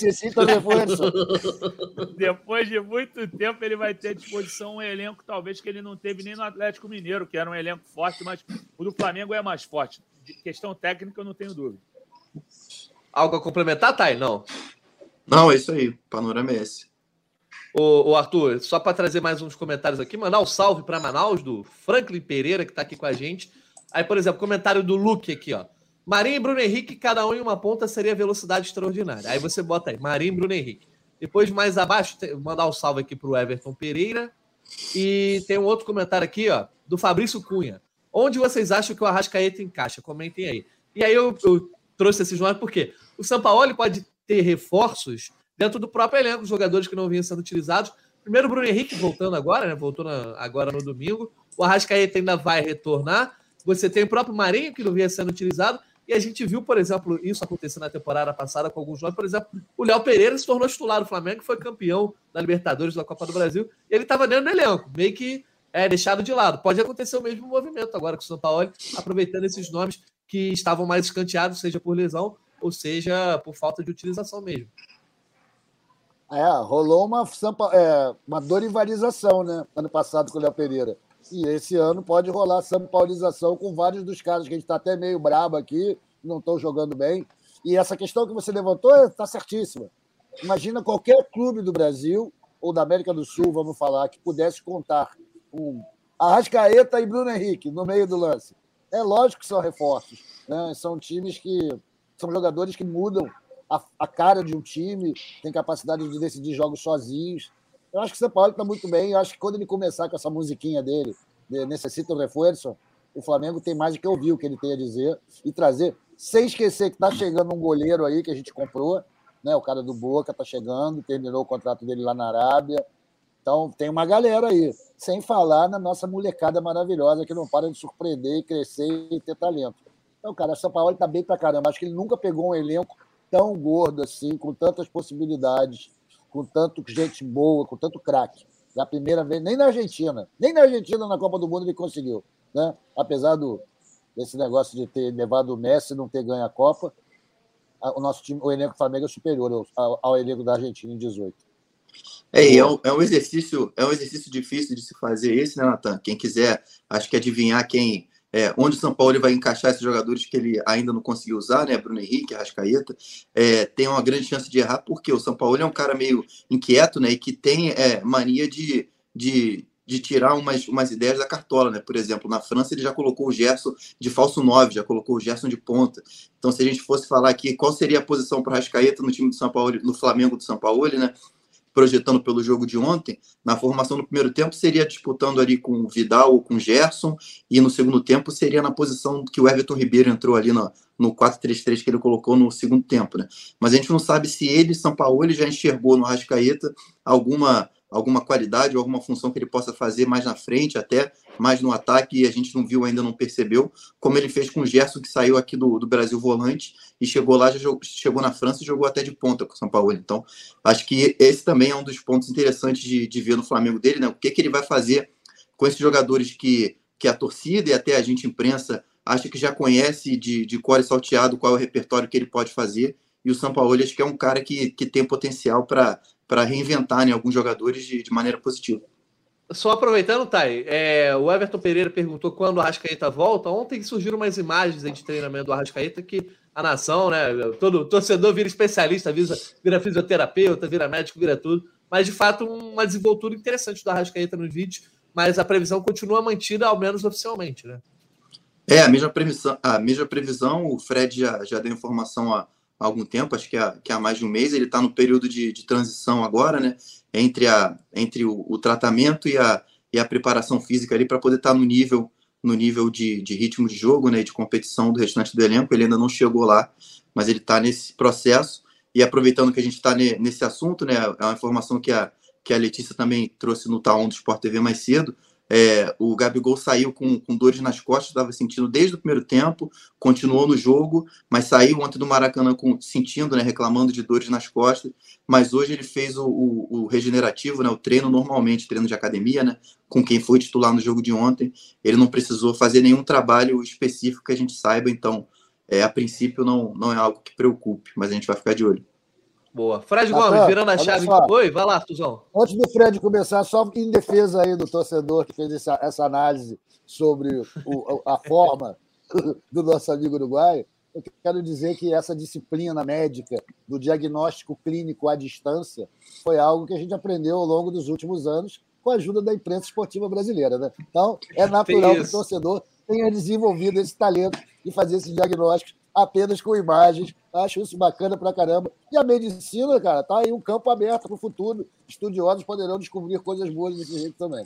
Depois de muito tempo, ele vai ter à disposição um elenco, talvez, que ele não teve nem no Atlético Mineiro, que era um elenco forte, mas o do Flamengo é mais forte. De questão técnica, eu não tenho dúvida. Algo a complementar, Thay? Não. Não, é isso aí. O panorama é esse. Ô Arthur, só para trazer mais uns comentários aqui, mandar um salve para Manaus, do Franklin Pereira, que está aqui com a gente. Aí, por exemplo, comentário do Luke aqui, ó. Marinho e Bruno Henrique, cada um em uma ponta, seria velocidade extraordinária. Aí você bota aí, Marinho e Bruno Henrique. Depois, mais abaixo, mandar um salve aqui para o Everton Pereira. E tem um outro comentário aqui, ó, do Fabrício Cunha. Onde vocês acham que o Arrascaeta encaixa? Comentem aí. E aí eu trouxe esses nomes porque o Sampaoli pode ter reforços dentro do próprio elenco, jogadores que não vinham sendo utilizados. Primeiro o Bruno Henrique voltando agora, né? Voltou agora no domingo. O Arrascaeta ainda vai retornar. Você tem o próprio Marinho, que não vinha sendo utilizado. E a gente viu, por exemplo, isso acontecer na temporada passada com alguns jogos. Por exemplo, o Léo Pereira se tornou titular do Flamengo, foi campeão da Libertadores, da Copa do Brasil. E ele estava dentro do elenco, meio que deixado de lado. Pode acontecer o mesmo movimento agora com o Sampaoli, aproveitando esses nomes que estavam mais escanteados, seja por lesão ou seja por falta de utilização mesmo. Rolou uma dorivalização, né? Ano passado com o Léo Pereira. E esse ano pode rolar sampaulização com vários dos caras que a gente está até meio brabo aqui, não estão jogando bem. E essa questão que você levantou está certíssima. Imagina qualquer clube do Brasil ou da América do Sul, vamos falar, que pudesse contar com Arrascaeta e Bruno Henrique no meio do lance. É lógico que são reforços, né? São times são jogadores que mudam a cara de um time, têm capacidade de decidir jogos sozinhos. Eu acho que o São Paulo está muito bem. Eu acho que quando ele começar com essa musiquinha dele, necessita um reforço, o Flamengo tem mais do que ouvir o que ele tem a dizer e trazer, sem esquecer que está chegando um goleiro aí que a gente comprou, né? O cara do Boca está chegando, terminou o contrato dele lá na Arábia. Então, tem uma galera aí. Sem falar na nossa molecada maravilhosa que não para de surpreender e crescer e ter talento. Então, cara, o São Paulo está bem pra caramba. Acho que ele nunca pegou um elenco tão gordo assim, com tantas possibilidades, com tanto gente boa, com tanto craque. Da primeira vez, nem na Argentina na Copa do Mundo ele conseguiu, né? Apesar desse negócio de ter levado o Messi e não ter ganho a Copa, o nosso time, o elenco do Flamengo é superior ao elenco da Argentina em 18. É um exercício difícil de se fazer esse, né, Natan? Quem quiser, acho que adivinhar onde o São Paulo vai encaixar esses jogadores que ele ainda não conseguiu usar, né? Bruno Henrique, Arrascaeta, tem uma grande chance de errar, porque o São Paulo é um cara meio inquieto, né? E que tem mania de tirar umas ideias da cartola, né? Por exemplo, na França ele já colocou o Gerson de falso 9, já colocou o Gerson de ponta. Então, se a gente fosse falar aqui qual seria a posição para o Arrascaeta no time do São Paulo, no Flamengo do São Paulo, né? Projetando pelo jogo de ontem, na formação do primeiro tempo seria disputando ali com o Vidal ou com o Gerson, e no segundo tempo seria na posição que o Everton Ribeiro entrou ali no 4-3-3 que ele colocou no segundo tempo, né? Mas a gente não sabe se ele, São Paulo, já enxergou no Arrascaeta alguma qualidade ou alguma função que ele possa fazer mais na frente, até mais no ataque, e a gente não viu ainda, não percebeu, como ele fez com o Gerson, que saiu aqui do Brasil volante e chegou lá, chegou na França e jogou até de ponta com o São Paulo. Então, acho que esse também é um dos pontos interessantes de ver no Flamengo dele, né? O que ele vai fazer com esses jogadores que a torcida e até a gente imprensa acha que já conhece de cor e salteado qual é o repertório que ele pode fazer, e o São Paulo acho que é um cara que tem potencial para reinventar, né, alguns jogadores de maneira positiva. Só aproveitando, Thay, o Everton Pereira perguntou quando o Arrascaeta volta. Ontem surgiram umas imagens aí de treinamento do Arrascaeta que a nação, né, todo torcedor vira especialista, vira fisioterapeuta, vira médico, vira tudo. Mas, de fato, uma desenvoltura interessante do Arrascaeta nos vídeos, mas a previsão continua mantida, ao menos oficialmente, né? A mesma previsão, o Fred já deu informação há algum tempo, acho que há mais de um mês. Ele está no período de transição agora, né? Entre o tratamento e a preparação física ali para poder estar no nível de ritmo de jogo, né? De competição do restante do elenco. Ele ainda não chegou lá, mas ele está nesse processo. E aproveitando que a gente está nesse assunto, né? É uma informação que a Letícia também trouxe no Tá On do Sport TV mais cedo. O Gabigol saiu com dores nas costas, estava sentindo desde o primeiro tempo, continuou no jogo, mas saiu ontem do Maracanã sentindo, né, reclamando de dores nas costas, mas hoje ele fez o regenerativo, né, o treino normalmente, treino de academia, né, com quem foi titular no jogo de ontem. Ele não precisou fazer nenhum trabalho específico que a gente saiba, então, a princípio não é algo que preocupe, mas a gente vai ficar de olho. Boa. Fred Gomes, virando a chave. Oi, vai lá, Tuzão. Antes do Fred começar, só em defesa aí do torcedor que fez essa análise sobre a forma do nosso amigo uruguaio, eu quero dizer que essa disciplina médica do diagnóstico clínico à distância foi algo que a gente aprendeu ao longo dos últimos anos com a ajuda da imprensa esportiva brasileira, né? Então, é natural que o torcedor tenha desenvolvido esse talento de fazer esse diagnóstico apenas com imagens. Acho isso bacana pra caramba. E a medicina, cara, tá aí um campo aberto para o futuro. Estudiosos poderão descobrir coisas boas desse jeito também.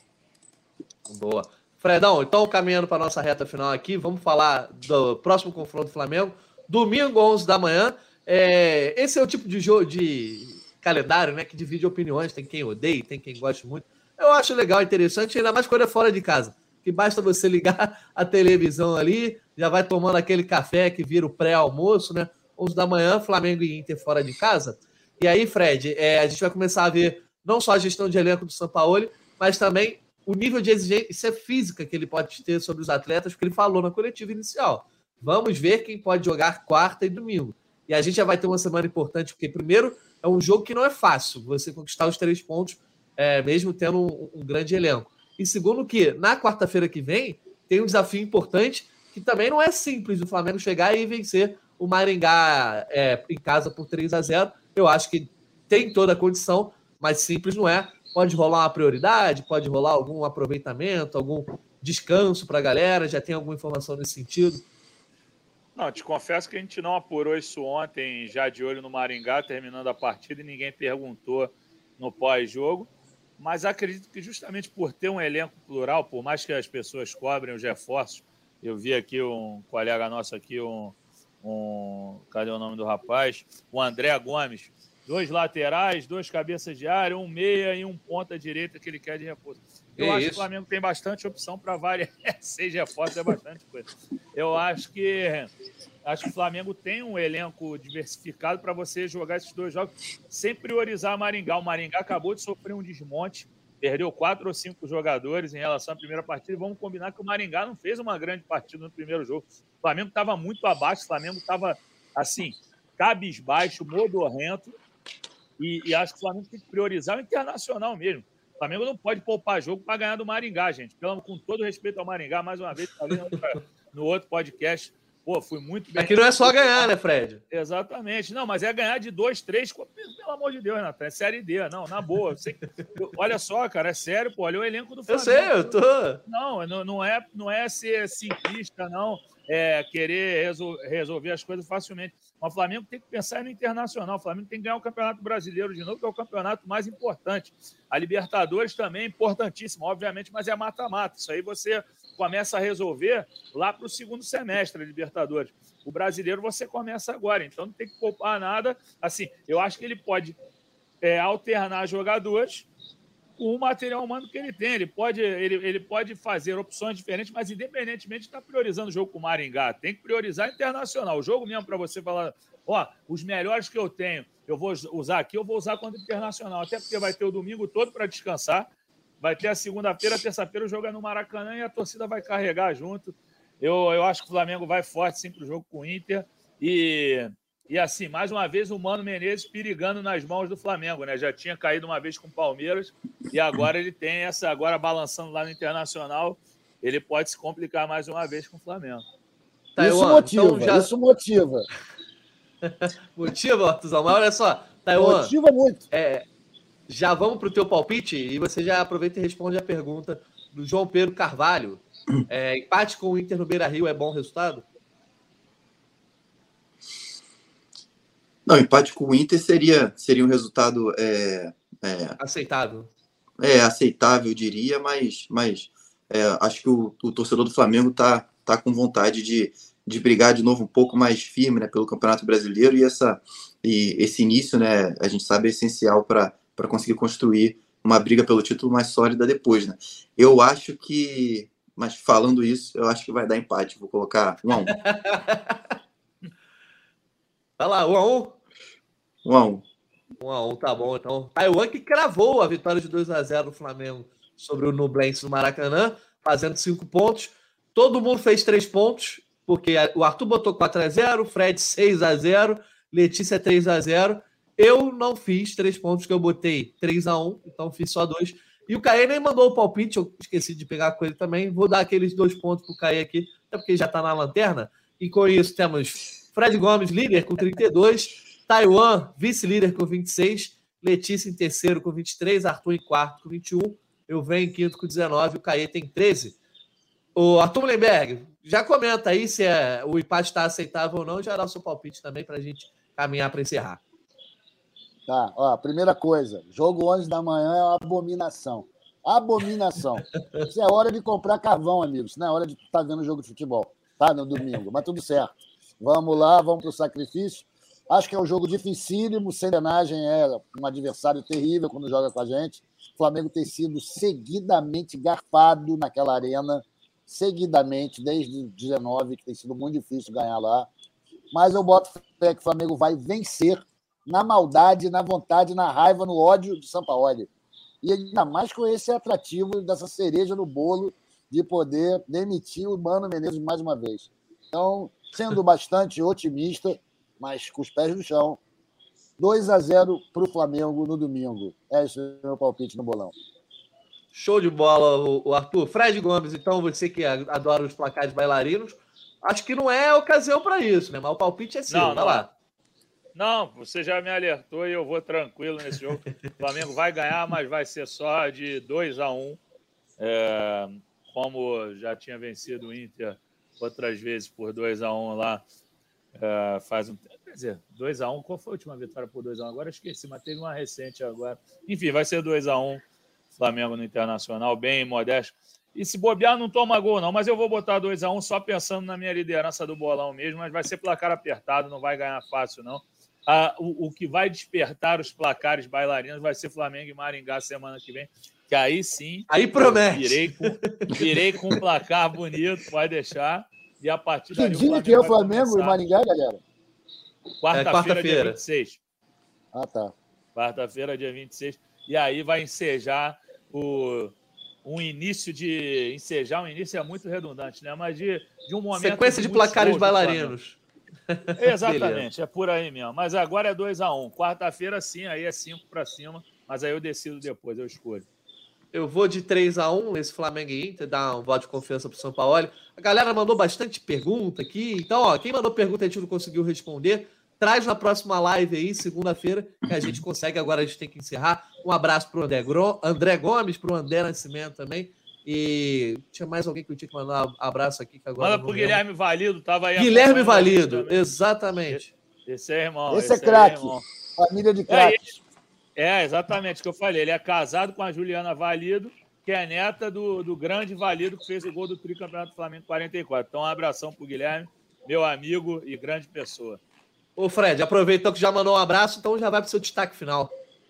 Boa. Fredão, então caminhando para a nossa reta final aqui, vamos falar do próximo confronto do Flamengo. Domingo, 11 da manhã. Esse é o tipo de jogo de calendário, né, que divide opiniões. Tem quem odeia, tem quem gosta muito. Eu acho legal, interessante, ainda mais quando é fora de casa. Que basta você ligar a televisão ali, já vai tomando aquele café que vira o pré-almoço, né? 11 da manhã, Flamengo e Inter fora de casa. E aí, Fred, a gente vai começar a ver não só a gestão de elenco do Sampaoli, mas também o nível de exigência física que ele pode ter sobre os atletas, porque ele falou na coletiva inicial. Vamos ver quem pode jogar quarta e domingo. E a gente já vai ter uma semana importante, porque, primeiro, é um jogo que não é fácil você conquistar os 3 pontos, mesmo tendo um grande elenco. E segundo que, na quarta-feira que vem, tem um desafio importante, que também não é simples o Flamengo chegar e vencer o Maringá em casa por 3-0. Eu acho que tem toda a condição, mas simples não é. Pode rolar uma prioridade, pode rolar algum aproveitamento, algum descanso para a galera. Já tem alguma informação nesse sentido? Não, te confesso que a gente não apurou isso ontem, já de olho no Maringá, terminando a partida, e ninguém perguntou no pós-jogo. Mas acredito que justamente por ter um elenco plural, por mais que as pessoas cobrem os reforços, eu vi aqui um colega nosso aqui, cadê o nome do rapaz? O André Gomes. 2 laterais, 2 cabeças de área, 1 meia e 1 ponta direita que ele quer de reforço. Eu acho que o Flamengo tem bastante opção para variar. 6 reforços é bastante coisa. Eu acho que o Flamengo tem um elenco diversificado para você jogar esses 2 jogos sem priorizar Maringá. O Maringá acabou de sofrer um desmonte, perdeu 4 ou 5 jogadores em relação à primeira partida. E vamos combinar que o Maringá não fez uma grande partida no primeiro jogo. O Flamengo estava muito abaixo, o Flamengo estava, assim, cabisbaixo, modorrento. E acho que o Flamengo tem que priorizar o internacional mesmo. O Flamengo não pode poupar jogo para ganhar do Maringá, gente. Com todo respeito ao Maringá, mais uma vez, falei no outro podcast, Pô, fui muito bem. Aqui não é só ganhar, né, Fred? Exatamente. Não, mas é ganhar de 2, 3, pelo amor de Deus, Natan, é Série D. Não, na boa. Olha só, cara, é sério, pô, olha o elenco do Flamengo. Eu sei, eu tô... Não é ser simplista, não. É querer resolver as coisas facilmente. Mas o Flamengo tem que pensar no internacional. O Flamengo tem que ganhar o Campeonato Brasileiro de novo, que é o campeonato mais importante. A Libertadores também é importantíssima, obviamente, mas é mata-mata. Isso aí você começa a resolver lá para o segundo semestre, a Libertadores. O brasileiro você começa agora, então não tem que poupar nada. Assim, eu acho que ele pode alternar jogadores com o material humano que ele tem. Ele pode fazer opções diferentes, mas independentemente de estar priorizando o jogo com o Maringá, tem que priorizar internacional. O jogo mesmo para você falar, os melhores que eu tenho, eu vou usar aqui, eu vou usar contra o internacional, até porque vai ter o domingo todo para descansar, vai ter a segunda-feira, a terça-feira o jogo é no Maracanã e a torcida vai carregar junto. Eu acho que o Flamengo vai forte sim para o jogo com o Inter e assim, mais uma vez o Mano Menezes perigando nas mãos do Flamengo, né? Já tinha caído uma vez com o Palmeiras e agora ele tem agora balançando lá no Internacional, ele pode se complicar mais uma vez com o Flamengo. Isso motiva, então isso motiva. Motiva, Artuzão, mas olha só, Taiwan. Motiva muito. Já vamos para o teu palpite e você já aproveita e responde a pergunta do João Pedro Carvalho. Empate com o Inter no Beira-Rio é bom resultado? Não, empate com o Inter seria um resultado aceitável. Aceitável, eu diria, mas acho que o torcedor do Flamengo tá com vontade de brigar de novo um pouco mais firme, né, pelo Campeonato Brasileiro e esse início, né, a gente sabe, é essencial para conseguir construir uma briga pelo título mais sólida depois, né? Eu acho que, mas falando isso, eu acho que vai dar empate. Vou colocar 1-1. Vai lá, 1-1? 1-1. 1-1, tá bom. Então, Taiwan que cravou a vitória de 2-0 do Flamengo sobre o Nublense no Maracanã, fazendo 5 pontos. Todo mundo fez 3 pontos, porque o Arthur botou 4-0, o Fred 6-0, Letícia 3-0. Eu não fiz 3 pontos, que eu botei 3-1, então fiz só 2. E o Caê nem mandou o palpite, eu esqueci de pegar com ele também. Vou dar aqueles 2 pontos pro Caê aqui, até porque já tá na lanterna. E com isso temos Fred Gomes, líder, com 32. Taiwan, vice-líder, com 26. Letícia em terceiro, com 23. Arthur em quarto, com 21. Eu venho em quinto, com 19. O Caê tem 13. O Arthur Mullenberg, já comenta aí se o empate está aceitável ou não. Já dá o seu palpite também para a gente caminhar para encerrar. Tá, primeira coisa. Jogo 11 da manhã é uma abominação. Abominação. Isso é hora de comprar carvão, amigos. Isso não é hora de estar vendo jogo de futebol. Tá? No domingo. Mas tudo certo. Vamos lá, vamos para o sacrifício. Acho que é um jogo dificílimo. Centenagem é um adversário terrível quando joga com a gente. O Flamengo tem sido seguidamente garfado naquela arena. Seguidamente, desde 19, que tem sido muito difícil ganhar lá. Mas eu boto fé que o Flamengo vai vencer na maldade, na vontade, na raiva, no ódio de Sampaoli. E ainda mais com esse atrativo dessa cereja no bolo de poder demitir o Mano Menezes mais uma vez. Então, sendo bastante otimista, mas com os pés no chão, 2-0 para o Flamengo no domingo. Esse é o meu palpite no bolão. Show de bola, o Arthur. Fred Gomes, então, você que adora os placares bailarinos, acho que não é ocasião para isso, né? Mas o palpite é seu. Não, vai lá. Não, você já me alertou e eu vou tranquilo nesse jogo. O Flamengo vai ganhar, mas vai ser só de 2-1. Como já tinha vencido o Inter outras vezes por 2-1 lá. Quer dizer, 2-1. Qual foi a última vitória por 2-1? Agora eu esqueci, mas teve uma recente agora. Enfim, vai ser 2-1. Flamengo no Internacional, bem modesto. E se bobear, não toma gol, não. Mas eu vou botar 2-1 só pensando na minha liderança do bolão mesmo. Mas vai ser placar apertado, não vai ganhar fácil, não. O que vai despertar os placares bailarinos vai ser Flamengo e Maringá semana que vem. Que aí sim. Aí promete. Virei com um placar bonito, pode deixar. E a partir daí. Que dia que é o Flamengo e Maringá, galera? Quarta-feira, dia 26. Tá. Quarta-feira, dia 26. E aí vai ensejar um início é muito redundante, né? Mas de um momento. Sequência de placares bailarinos. Exatamente, é por aí mesmo. Mas agora é 2-1. Quarta-feira, sim, aí é 5 para cima. Mas aí eu decido depois, eu escolho. Eu vou de 3-1 nesse Flamengo e Inter, dar um voto de confiança pro São Paulo. A galera mandou bastante pergunta aqui. Então, ó, quem mandou pergunta e a gente não conseguiu responder, traz na próxima live aí, segunda-feira, que a gente consegue. Agora a gente tem que encerrar. Um abraço pro André Gomes, pro André Nascimento também. E tinha mais alguém que eu tinha que mandar um abraço aqui. Que agora manda pro Guilherme Valido, tava aí. Guilherme Valido, exatamente. Esse é irmão. Esse é craque. Família de craques. Exatamente o que eu falei. Ele é casado com a Juliana Valido, que é neta do grande Valido, que fez o gol do tricampeonato do Flamengo 44. Então, um abração pro Guilherme, meu amigo e grande pessoa. Ô, Fred, aproveitou que já mandou um abraço, então já vai pro seu destaque final.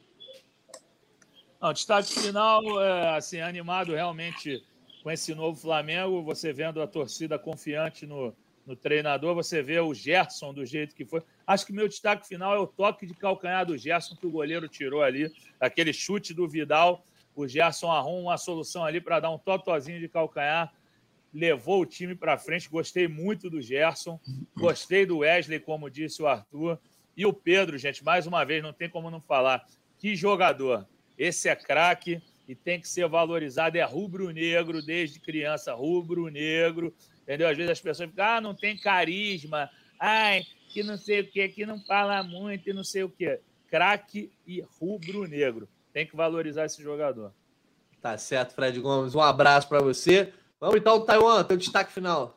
Não, destaque final, assim, animado realmente com esse novo Flamengo, você vendo a torcida confiante no treinador, você vê o Gerson do jeito que foi. Acho que meu destaque final é o toque de calcanhar do Gerson que o goleiro tirou ali, aquele chute do Vidal, o Gerson arruma uma solução ali para dar um totozinho de calcanhar, levou o time para frente, gostei muito do Gerson, gostei do Wesley, como disse o Arthur, e o Pedro, gente, mais uma vez, não tem como não falar, que jogador, esse é craque e tem que ser valorizado, é rubro-negro desde criança, rubro-negro, entendeu? Às vezes as pessoas ficam, não tem carisma, que não sei o quê, que não fala muito e não sei o quê. Craque e rubro-negro. Tem que valorizar esse jogador. Tá certo, Fred Gomes. Um abraço para você. Vamos então, Taiwan, teu destaque final.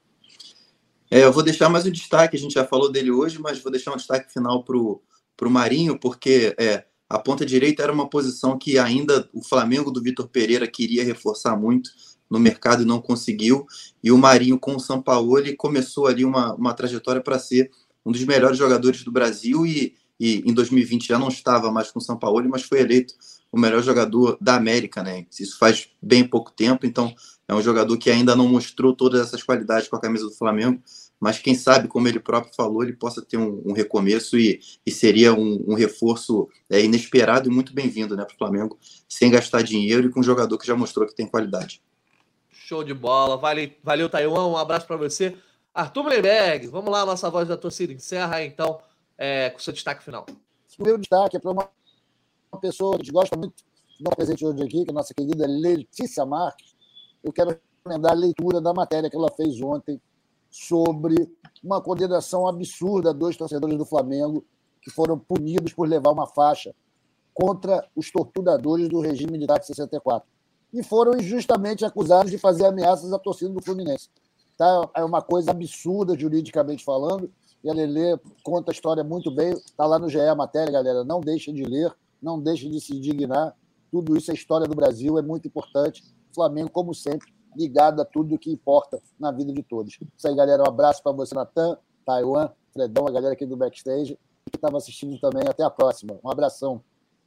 Eu vou deixar mais um destaque, a gente já falou dele hoje, mas vou deixar um destaque final pro Marinho, porque a ponta direita era uma posição que ainda o Flamengo do Vitor Pereira queria reforçar muito no mercado e não conseguiu, e o Marinho com o Sampaoli começou ali uma trajetória para ser um dos melhores jogadores do Brasil e em 2020 já não estava mais com o Sampaoli, mas foi eleito o melhor jogador da América, né? Isso faz bem pouco tempo, então é um jogador que ainda não mostrou todas essas qualidades com a camisa do Flamengo, mas quem sabe, como ele próprio falou, ele possa ter um recomeço e seria um reforço inesperado e muito bem-vindo, né, para o Flamengo, sem gastar dinheiro e com um jogador que já mostrou que tem qualidade. Show de bola. Valeu, Taiwan. Um abraço para você. Arthur Mullenberg, vamos lá, nossa voz da torcida. Encerra aí, então, com o seu destaque final. O meu destaque é para uma pessoa que a gente gosta muito de dar presente hoje aqui, que é a nossa querida Letícia Marques. Eu quero recomendar a leitura da matéria que ela fez ontem sobre uma condenação absurda a 2 torcedores do Flamengo que foram punidos por levar uma faixa contra os torturadores do regime militar de 64. E foram injustamente acusados de fazer ameaças à torcida do Fluminense. Tá? É uma coisa absurda, juridicamente falando, e a Lelê conta a história muito bem. Está lá no GE a matéria, galera. Não deixem de ler, não deixem de se indignar. Tudo isso é história do Brasil, é muito importante. O Flamengo, como sempre, ligado a tudo que importa na vida de todos. Isso aí, galera. Um abraço para você, Natan, Taiwan, Fredão, a galera aqui do backstage, que estava assistindo também. Até a próxima. Um abração.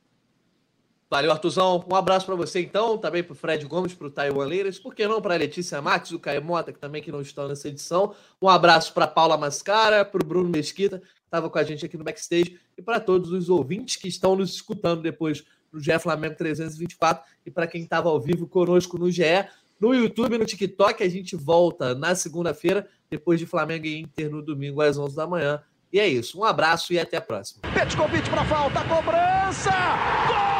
Valeu, Artuzão. Um abraço para você, então, também para o Fred Gomes, para o Taiwan Leiras, por que não para a Letícia Marques, o Caio Mota, que também que não estão nessa edição. Um abraço para Paula Mascara, para o Bruno Mesquita, que estava com a gente aqui no backstage, e para todos os ouvintes que estão nos escutando depois no GE Flamengo 324, e para quem estava ao vivo conosco no GE, no YouTube e no TikTok. A gente volta na segunda-feira, depois de Flamengo e Inter no domingo às 11 da manhã. E é isso. Um abraço e até a próxima. Petkovic para falta, cobrança! Gol!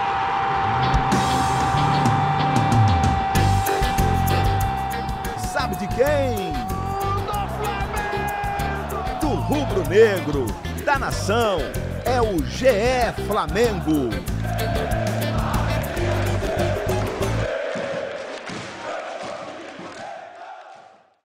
Sabe de quem? Do Flamengo! Do rubro-negro, da nação, é o GE Flamengo.